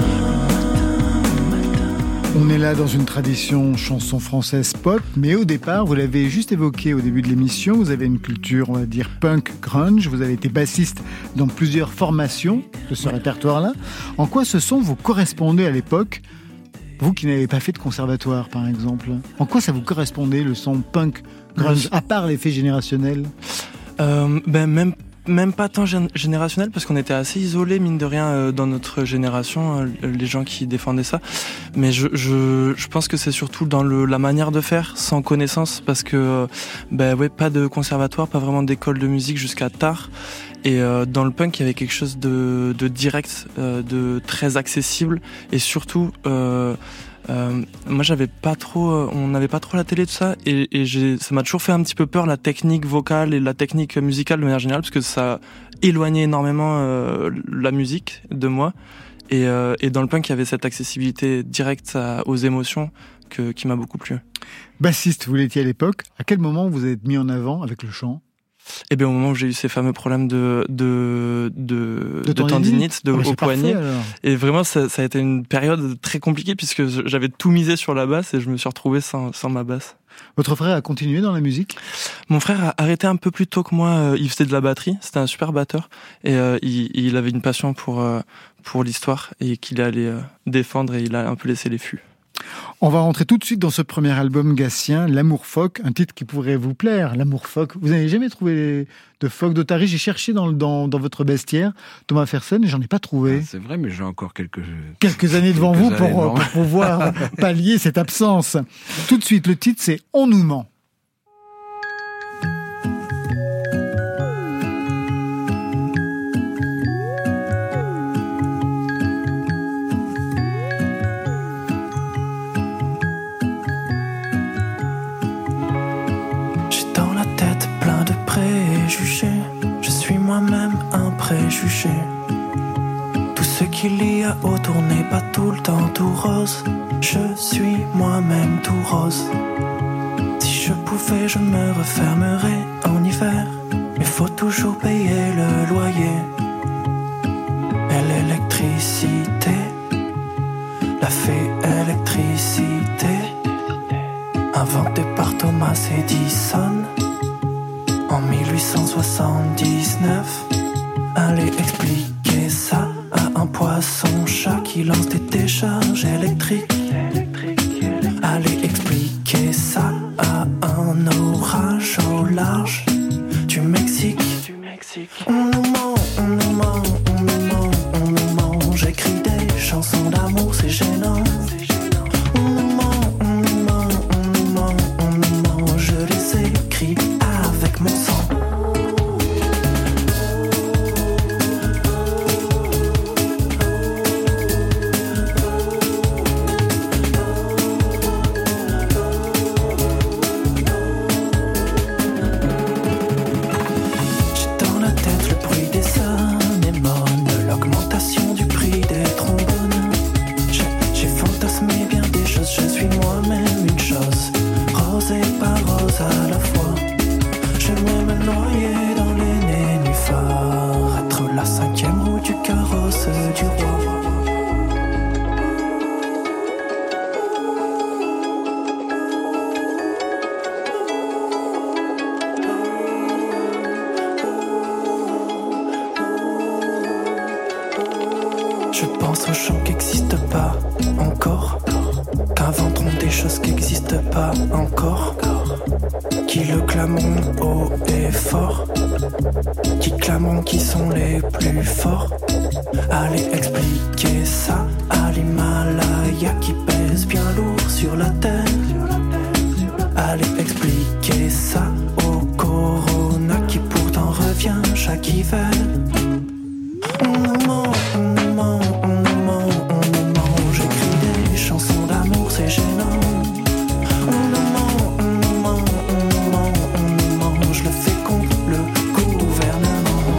le matin. On est là dans une tradition chanson française pop, mais au départ, vous l'avez juste évoqué au début de l'émission, vous avez une culture, on va dire, punk grunge, vous avez été bassiste dans plusieurs formations de ce répertoire-là. En quoi ce son vous correspondait à l'époque, vous qui n'avez pas fait de conservatoire, par exemple? En quoi ça vous correspondait, le son punk grunge, à part l'effet générationnel? euh, Ben même Même pas tant gén- générationnel, parce qu'on était assez isolés, mine de rien, euh, dans notre génération, euh, les gens qui défendaient ça. Mais je, je, je pense que c'est surtout dans le, la manière de faire, sans connaissance, parce que, euh, ben ouais, pas de conservatoire, pas vraiment d'école de musique jusqu'à tard. Et euh, dans le punk, il y avait quelque chose de, de direct, euh, de très accessible, et surtout... Euh, Euh, moi j'avais pas trop euh, on n'avait pas trop la télé, tout ça, et, et j'ai, ça m'a toujours fait un petit peu peur, la technique vocale et la technique musicale de manière générale, parce que ça éloignait énormément euh, la musique de moi, et, euh, et dans le punk il y avait cette accessibilité directe à, aux émotions que, qui m'a beaucoup plu. Bassiste, vous l'étiez à l'époque. À quel moment vous êtes mis en avant avec le chant? Eh bien, au moment où j'ai eu ces fameux problèmes de de de, de, de tendinite, de, oh, au poignet, parfait, et vraiment ça, ça a été une période très compliquée, puisque j'avais tout misé sur la basse et je me suis retrouvé sans sans ma basse. Votre frère a continué dans la musique? Mon frère a arrêté un peu plus tôt que moi. Il faisait de la batterie, c'était un super batteur, et euh, il, il avait une passion pour euh, pour l'histoire, et qu'il allait euh, défendre, et il a un peu laissé les fûts. On va rentrer tout de suite dans ce premier album Gatien, L'Amour Phoque, un titre qui pourrait vous plaire, L'Amour Phoque. Vous n'avez jamais trouvé de phoque d'Otarie? J'ai cherché dans, dans, dans votre bestiaire, Thomas Fersen, et j'en ai pas trouvé. Ah, c'est vrai, mais j'ai encore quelques... Quelques années devant quelques vous années pour, devant. pour pouvoir pallier cette absence. Tout de suite, le titre, c'est On nous ment. Je suis moi-même un préjugé. Tout ce qu'il y a autour n'est pas tout le temps tout rose. Je suis moi-même tout rose. Si je pouvais, je me refermerais en hiver. Mais faut toujours payer le loyer et l'électricité. La fée électricité, inventée par Thomas Edison en mille huit cent soixante-dix-neuf. Allez expliquer ça à un poisson-chat qui lance des décharges électriques. Allez expliquer ça à un orage au large du Mexique. On nous ment, on nous ment, on nous ment. cinquième roue du carrosse du roi. Je pense aux gens qui n'existent pas encore, qu'inventeront des choses qui n'existent pas encore, qui le clameront haut et fort, qui clameront qui sont les plus forts. Allez expliquer ça à l'Himalaya qui pèse bien lourd sur la terre. Allez expliquer ça au Corona qui pourtant revient chaque hiver. On nous ment, on nous ment, on nous ment, on nous ment. J'écris des chansons d'amour, c'est gênant. On nous ment, on nous ment, on nous ment, on nous ment. Je le fais contre le gouvernement.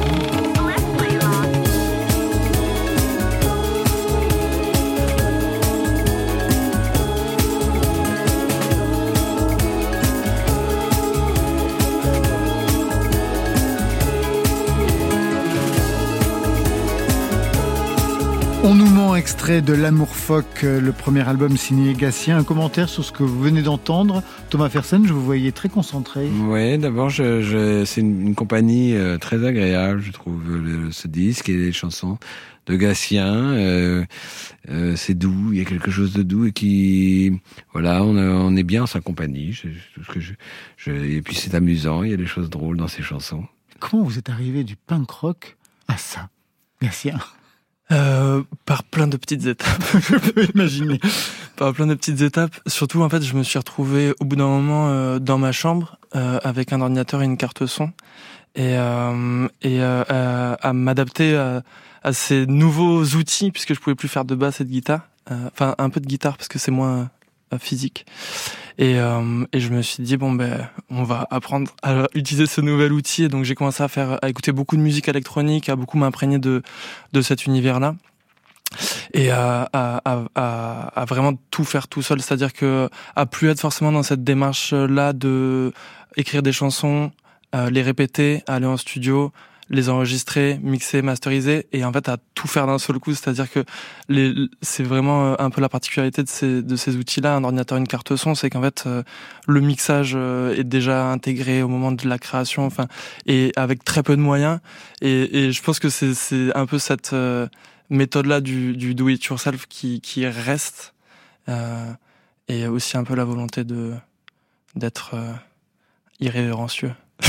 On nous ment, extrait de L'Amour Phoque, le premier album signé Gatien. Un commentaire sur ce que vous venez d'entendre. Thomas Fersen, je vous voyais très concentré. Oui, d'abord, je, je, c'est une, une compagnie euh, très agréable, je trouve, le, ce disque et les chansons de Gatien. Euh, euh, c'est doux, il y a quelque chose de doux et qui... Voilà, on, a, on est bien en sa compagnie. Je, tout ce que je, je, et puis c'est amusant, il y a des choses drôles dans ces chansons. Comment vous êtes arrivé du punk rock à ça, Gatien ? Euh, par plein de petites étapes. Je peux imaginer. Par plein de petites étapes. Surtout, en fait, je me suis retrouvé au bout d'un moment euh, dans ma chambre euh, avec un ordinateur et une carte son et, euh, et euh, à, à m'adapter à, à ces nouveaux outils puisque je pouvais plus faire de basse et de guitare. Euh, enfin, un peu de guitare parce que c'est moins euh, physique. Et, euh, et je me suis dit bon ben on va apprendre à utiliser ce nouvel outil et donc j'ai commencé à faire à écouter beaucoup de musique électronique, à beaucoup m'imprégner de de cet univers là et à, à, à, à vraiment tout faire tout seul, c'est-à-dire que à plus être forcément dans cette démarche là de écrire des chansons, euh, les répéter, aller en studio, les enregistrer, mixer, masteriser et en fait à tout faire d'un seul coup, c'est-à-dire que les, c'est vraiment un peu la particularité de ces, de ces outils-là, un ordinateur, une carte son, c'est qu'en fait euh, le mixage euh, est déjà intégré au moment de la création, enfin et avec très peu de moyens et, et je pense que c'est, c'est un peu cette euh, méthode-là du, du do it yourself qui, qui reste euh, et aussi un peu la volonté de d'être euh, irrévérencieux.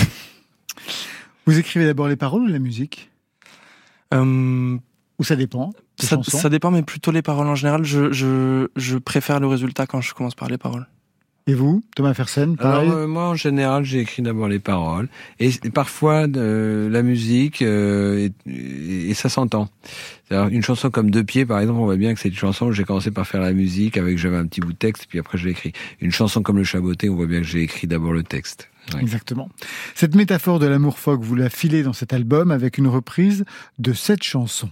Vous écrivez d'abord les paroles ou la musique ? euh, Ou ça dépend ça, ça dépend, mais plutôt les paroles en général. Je, je, je préfère le résultat quand je commence par les paroles. Et vous, Thomas Fersen, pareil ? Alors, euh, moi, en général, j'ai écrit d'abord les paroles. Et, et parfois, euh, la musique, euh, et, et ça s'entend. C'est-à-dire, une chanson comme Deux Pieds, par exemple, on voit bien que c'est une chanson où j'ai commencé par faire la musique, avec j'avais un petit bout de texte, puis après je l'ai écrit. Une chanson comme Le Chaboté, on voit bien que j'ai écrit d'abord le texte. Ouais. Exactement. Cette métaphore de l'amour phoque, vous la filez dans cet album avec une reprise de cette chanson.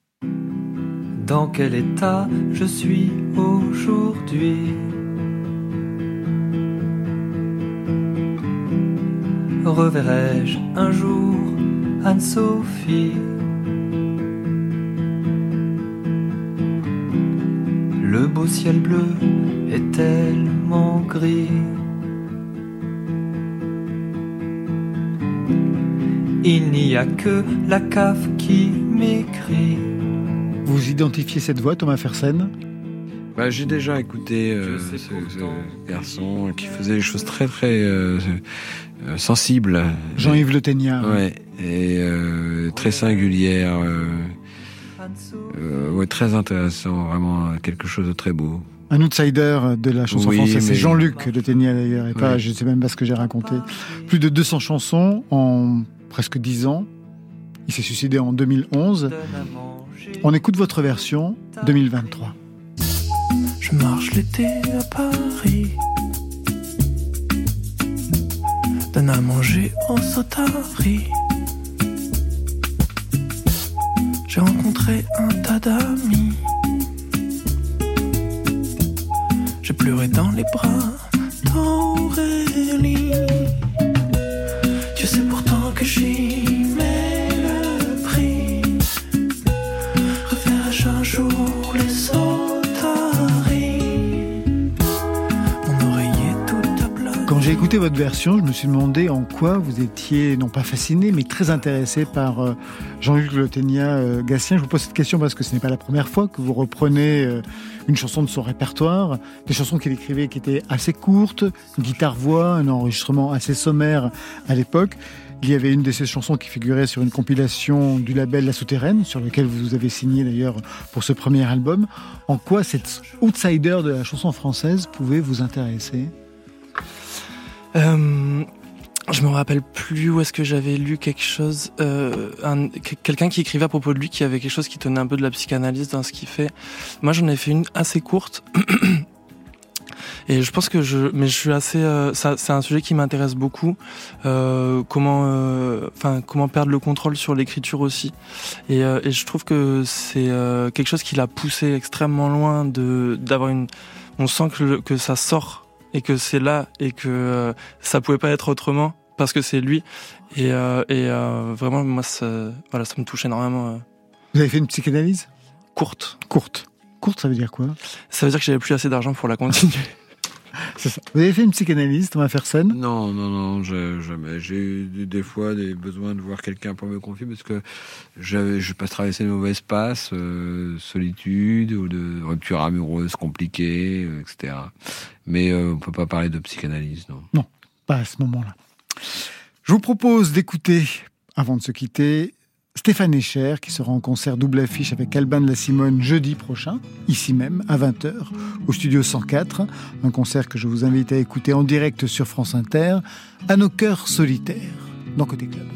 Dans quel état je suis aujourd'hui ? Reverrai-je un jour Anne-Sophie ? Le beau ciel bleu est tellement gris. Il n'y a que la cave qui m'écrit. Vous identifiez cette voix, Thomas Fersen ? Bah, j'ai déjà écouté euh, ce, ce garçon qui faisait des choses très très euh, euh, sensibles. Jean-Yves Le Ténia. Ouais, et euh, très singulière. Euh, euh, ouais, très intéressant, vraiment quelque chose de très beau. Un outsider de la chanson oui, française, c'est mais... Jean-Luc Le Ténia d'ailleurs, et pas, oui. Je ne sais même pas ce que j'ai raconté. Plus de deux cents chansons en presque dix ans. Il s'est suicidé en deux mille onze. On écoute votre version deux mille vingt-trois. Je marche l'été à Paris, donne à manger au Sotari. J'ai rencontré un tas d'amis, j'ai pleuré dans les bras d'Aurélie. Tu sais pourtant que j'y mets le prix. écouté votre version, je me suis demandé en quoi vous étiez, non pas fasciné, mais très intéressé par euh, Jean-Luc Le Ténia euh, Gatien. Je vous pose cette question parce que ce n'est pas la première fois que vous reprenez euh, une chanson de son répertoire, des chansons qu'il écrivait qui étaient assez courtes, guitare-voix, un enregistrement assez sommaire à l'époque. Il y avait une de ces chansons qui figurait sur une compilation du label La Souterraine, sur lequel vous avez signé d'ailleurs pour ce premier album. En quoi cet outsider de la chanson française pouvait vous intéresser ? Euh, je me rappelle plus où est-ce que j'avais lu quelque chose, euh, un, quelqu'un qui écrivait à propos de lui qui avait quelque chose qui tenait un peu de la psychanalyse dans ce qu'il fait. Moi, j'en ai fait une assez courte. Et je pense que je, mais je suis assez, euh, ça, c'est un sujet qui m'intéresse beaucoup. Euh, comment, enfin, euh, comment perdre le contrôle sur l'écriture aussi. Et, euh, et je trouve que c'est euh, quelque chose qui l'a poussé extrêmement loin de, d'avoir une. On sent que, que ça sort et que c'est là et que euh, ça pouvait pas être autrement parce que c'est lui. Et, euh, et euh, vraiment, moi, ça, voilà, ça me touche énormément. Euh. Vous avez fait une psychanalyse ? Courte. Courte. Courte, ça veut dire quoi ? Ça veut dire que j'avais plus assez d'argent pour la continuer. C'est ça. Vous avez fait une psychanalyse, Thomas Fersen ? Non, non, non, je, jamais. J'ai eu des fois des besoins de voir quelqu'un pour me confier parce que j'avais, je pas traversé de mauvais passes, euh, solitude ou de rupture amoureuse compliquée, euh, et cetera. Mais euh, on peut pas parler de psychanalyse, non. Non, pas à ce moment-là. Je vous propose d'écouter, avant de se quitter, Stéphane Escher, qui sera en concert double affiche avec Albin de la Simone jeudi prochain, ici même, à vingt heures, au Studio cent quatre. Un concert que je vous invite à écouter en direct sur France Inter, À nos cœurs solitaires, dans Côté Club.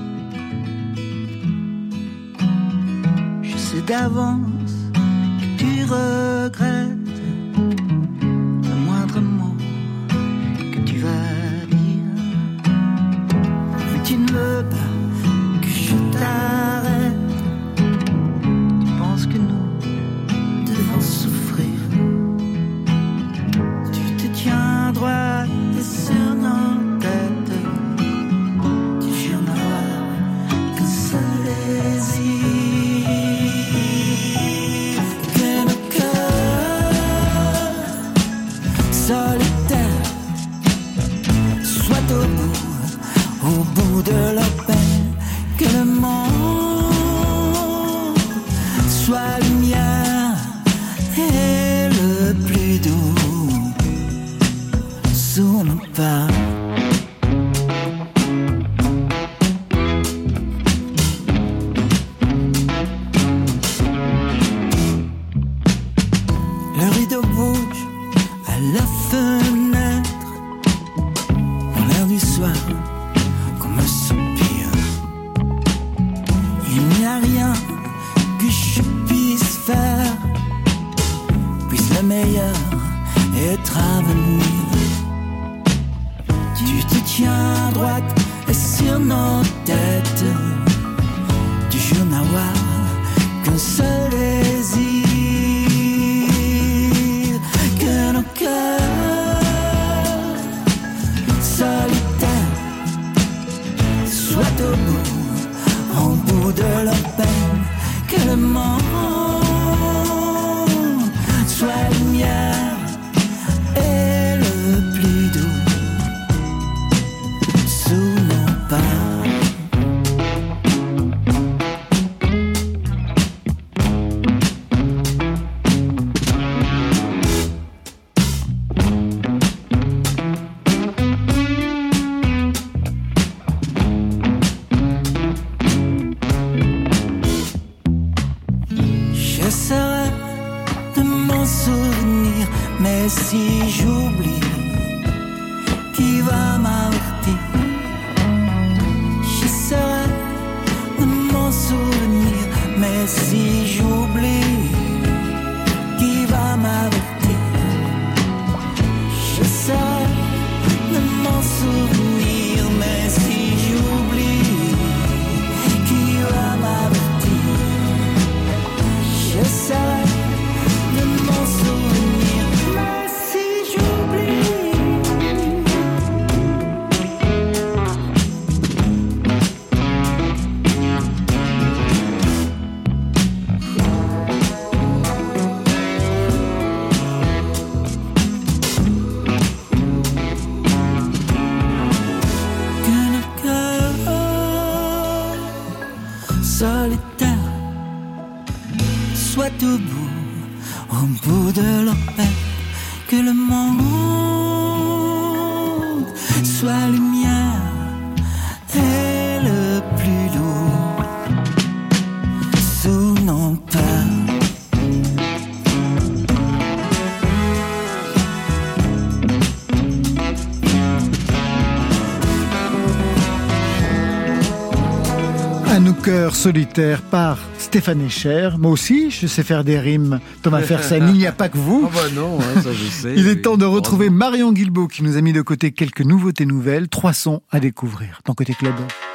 Je sais d'avance que tu regrettes le moindre mot que tu vas dire. Mais tu ne veux pas que je t'arrête. Tu penses que nous devons souffrir. Tu te tiens droit et sur nos têtes. Tu jures n'avoir que seul désir. Que nos cœurs solitaires soient au bout, au bout de leur peine. Que le monde soit lumière et le plus doux sous nos pas. Le rideau bouge à la fenêtre dans l'air du soir comme un soupir. Il n'y a rien que je puisse faire, puisse le meilleur être à venir. Tu te tiens droite et sur nos têtes. Tu jures n'avoir qu'un seul désir. Que nos cœurs solitaires soient au bout, au bout de leur peine. Que le monde soit lumière et le plus doux sous nos pas. J'essaierai de m'en souvenir, mais si j'oublie, qui va m'avertir? J'essaierai de m'en souvenir, mais si j'oublie, qui va m'avertir? J'essaierai de m'en souvenir, mais si j'oublie, qui va m'avertir? J'essaierai de m'en souvenir, mais si j'oublie. soit debout au bout de leur peine, que le monde soit lumière et le plus lourd sous nos pas. À nos cœurs solitaires par Stéphane Escher. Moi aussi, je sais faire des rimes. Thomas Fersen, il n'y a pas que vous. Ah bah non, hein, ça je sais. Il est oui. temps de retrouver Marion Guilbault qui nous a mis de côté quelques nouveautés nouvelles, trois sons à découvrir dans Côté Club.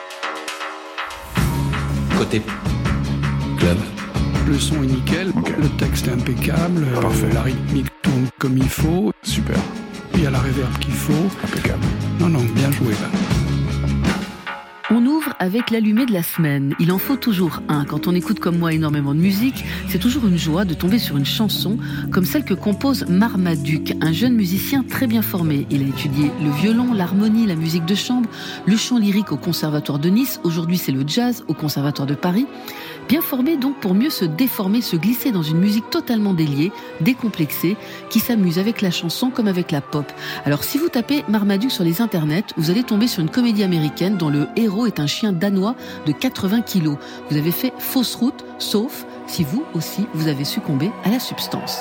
Côté Club. Le son est nickel, okay. Le texte est impeccable, parfait. La rythmique tourne comme il faut. Super. Il y a la reverb qu'il faut. Impeccable. Non, non, bien joué là. On ouvre avec l'allumé de la semaine. Il en faut toujours un. Quand on écoute comme moi énormément de musique, c'est toujours une joie de tomber sur une chanson comme celle que compose Marmaduke, un jeune musicien très bien formé. Il a étudié le violon, l'harmonie, la musique de chambre, le chant lyrique au Conservatoire de Nice. Aujourd'hui, c'est le jazz au Conservatoire de Paris. Bien formé donc pour mieux se déformer, se glisser dans une musique totalement déliée, décomplexée, qui s'amuse avec la chanson comme avec la pop. Alors si vous tapez Marmaduke sur les internets, vous allez tomber sur une comédie américaine dont le héros est un chien danois de quatre-vingts kilos. Vous avez fait fausse route, sauf si vous aussi vous avez succombé à la substance.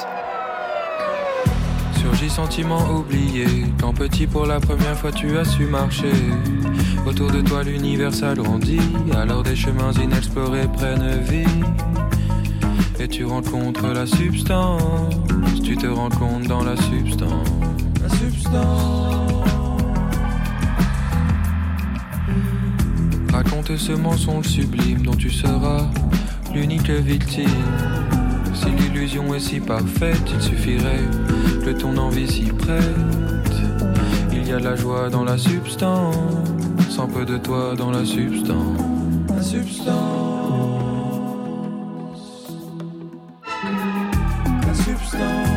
Surgit sentiment oublié, quand petit pour la première fois tu as su marcher. Autour de toi l'univers s'agrandit, alors des chemins inexplorés prennent vie. Et tu rencontres la substance, tu te rends compte dans la substance. La substance. Raconte ce mensonge sublime dont tu seras l'unique victime. Si l'illusion est si parfaite, il suffirait que ton envie s'y prête. Il y a la joie dans la substance, sans peu de toi dans la substance. La substance. La substance.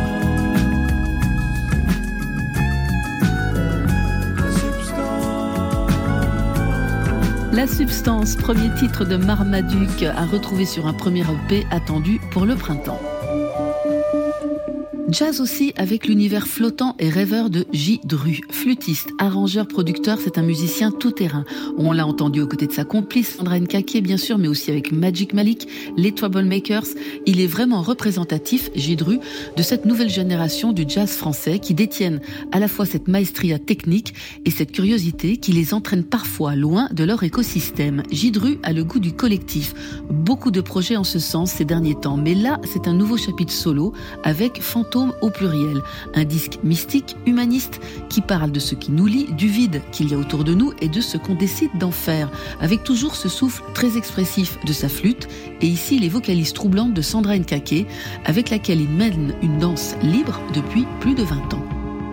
La substance. La substance, premier titre de Marmaduke, à retrouver sur un premier E P attendu pour le printemps. Jazz aussi avec l'univers flottant et rêveur de J. Dru. Flûtiste, arrangeur, producteur, c'est un musicien tout-terrain. On l'a entendu aux côtés de sa complice, Sandra Nkake bien sûr, mais aussi avec Magic Malik, les Troublemakers. Il est vraiment représentatif, J. Dru, de cette nouvelle génération du jazz français qui détiennent à la fois cette maestria technique et cette curiosité qui les entraîne parfois loin de leur écosystème. J. Dru a le goût du collectif. Beaucoup de projets en ce sens ces derniers temps, mais là, c'est un nouveau chapitre solo avec Fantôme au pluriel, un disque mystique, humaniste, qui parle de ce qui nous lie, du vide qu'il y a autour de nous et de ce qu'on décide d'en faire, avec toujours ce souffle très expressif de sa flûte, et ici les vocalises troublantes de Sandra Nkake, avec laquelle il mène une danse libre depuis plus de vingt ans.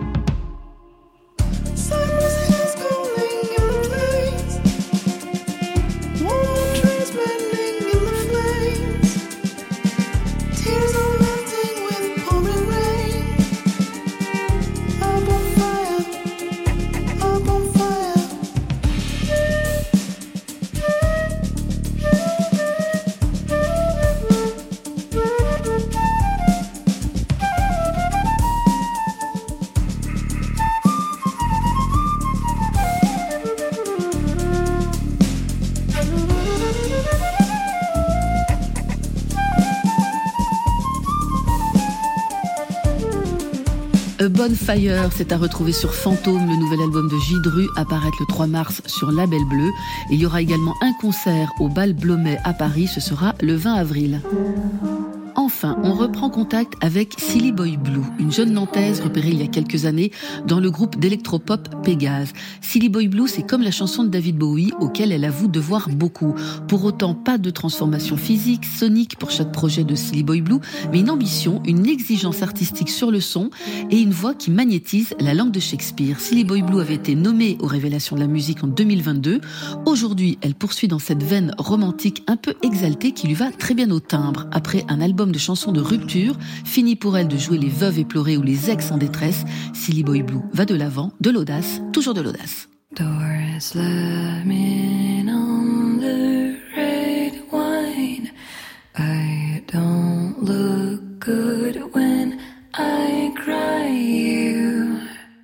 A Bonfire, c'est à retrouver sur Fantôme, le nouvel album de J. Dru, apparaître le trois mars sur Label Bleu. Et il y aura également un concert au Bal Blomet à Paris, ce sera le vingt avril. Enfin, on reprend contact avec Silly Boy Blue, une jeune Nantaise repérée il y a quelques années dans le groupe d'électropop Pégase. Silly Boy Blue, c'est comme la chanson de David Bowie, auquel elle avoue devoir beaucoup. Pour autant, pas de transformation physique, sonique pour chaque projet de Silly Boy Blue, mais une ambition, une exigence artistique sur le son et une voix qui magnétise la langue de Shakespeare. Silly Boy Blue avait été nommée aux Révélations de la musique en deux mille vingt-deux. Aujourd'hui, elle poursuit dans cette veine romantique un peu exaltée qui lui va très bien au timbre. Après un album de chansons de rupture, fini pour elle de jouer les veuves éplorées ou les ex en détresse, Silly Boy Blue va de l'avant, de l'audace, toujours de l'audace. Doors slamming on the red wine. I don't look good when I cry. You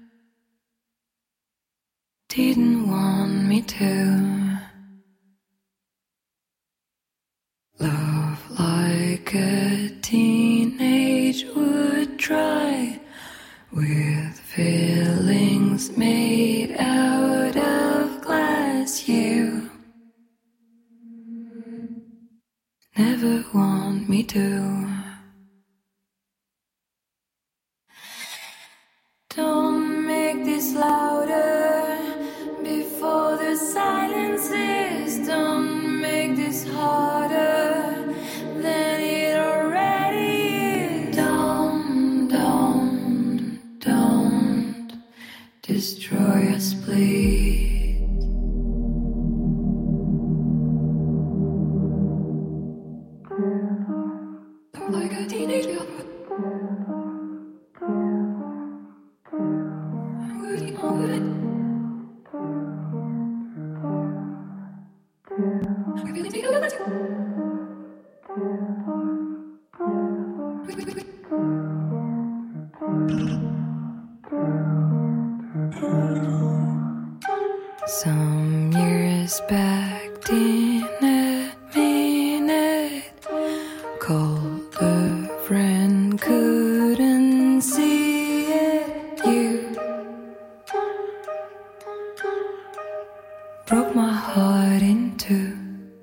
didn't want me to love like a teenage would try, with feelings made out of glass. You never want me to. Don't make this louder before the silence is. Don't make this harder than it already is. Don't, don't, don't destroy us, please. Like a teenage girl. Some years back, in a minute, called a friend, couldn't see it. You broke my heart in two.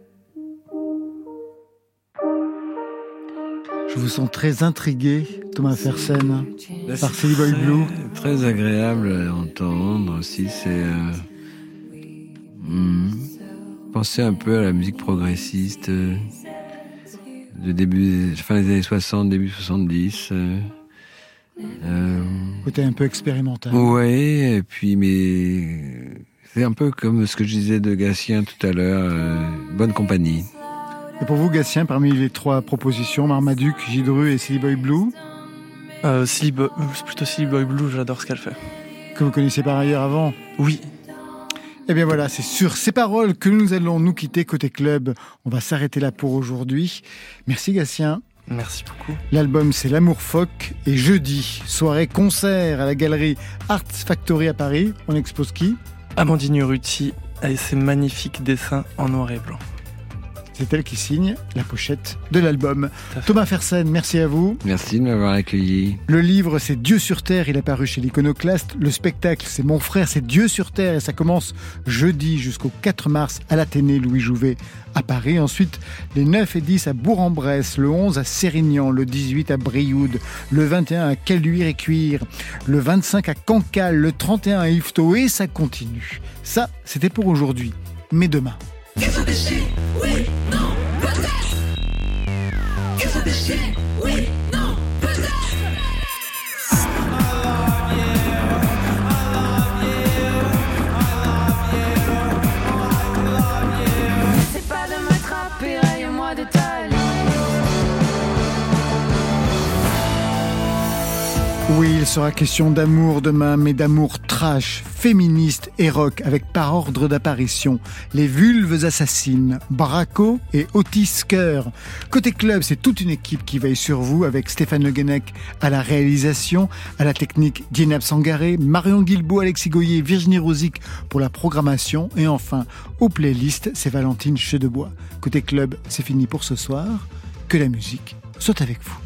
Je vous sens très intrigué, Thomas Fersen, par Silly Boy Blue. Très agréable à entendre aussi. C'est euh, hmm, penser un peu à la musique progressiste euh, de début, fin des années soixante, début soixante-dix. Euh, euh, Côté un peu expérimental. Oui, et puis mais c'est un peu comme ce que je disais de Gatien tout à l'heure, euh, bonne compagnie. Et pour vous, Gatien, parmi les trois propositions, Marmaduke, Gidru et Silly Boy Blue, euh, Silly Boy, c'est plutôt Silly Boy Blue, j'adore ce qu'elle fait. Que vous connaissez par ailleurs avant ? Oui. Eh bien voilà, c'est sur ces paroles que nous allons nous quitter côté club. On va s'arrêter là pour aujourd'hui. Merci Gatien. Merci beaucoup. L'album c'est L'Amour Phoque et jeudi, soirée concert à la galerie Art Factory à Paris. On expose qui ? Amandine Urruti avec ses magnifiques dessins en noir et blanc. C'est elle qui signe la pochette de l'album. Thomas Fersen, merci à vous. Merci de m'avoir accueilli. Le livre, c'est Dieu sur Terre, il est paru chez l'Iconoclaste. Le spectacle, c'est Mon frère, c'est Dieu sur Terre, et ça commence jeudi jusqu'au quatre mars à l'Athénée Louis Jouvet à Paris. Ensuite, les neuf et dix à Bourg-en-Bresse, le onze à Sérignan, le dix-huit à Brioude, le vingt et un à Caluire et Cuire, le vingt-cinq à Cancale, le trente et un à Yvetot, et ça continue. Ça, c'était pour aujourd'hui. Mais demain... Qu'est-ce que c'est ? Oui, non, peut-être. Qu'est-ce que c'est ? Oui, non, peut-être. C'est pas de m'attraper, raye-moi de ta liste. Oui, il sera question d'amour demain, mais d'amour trash, féministe et rock, avec par ordre d'apparition les Vulves Assassines, Braco et Otis Keur. Côté club, c'est toute une équipe qui veille sur vous, avec Stéphane Le Guenec à la réalisation, à la technique Dienab Sangaré, Marion Guilbault, Alexis Goyer, Virginie Rosic pour la programmation, et enfin, aux playlists, c'est Valentine Chedebois. Côté club, c'est fini pour ce soir. Que la musique soit avec vous.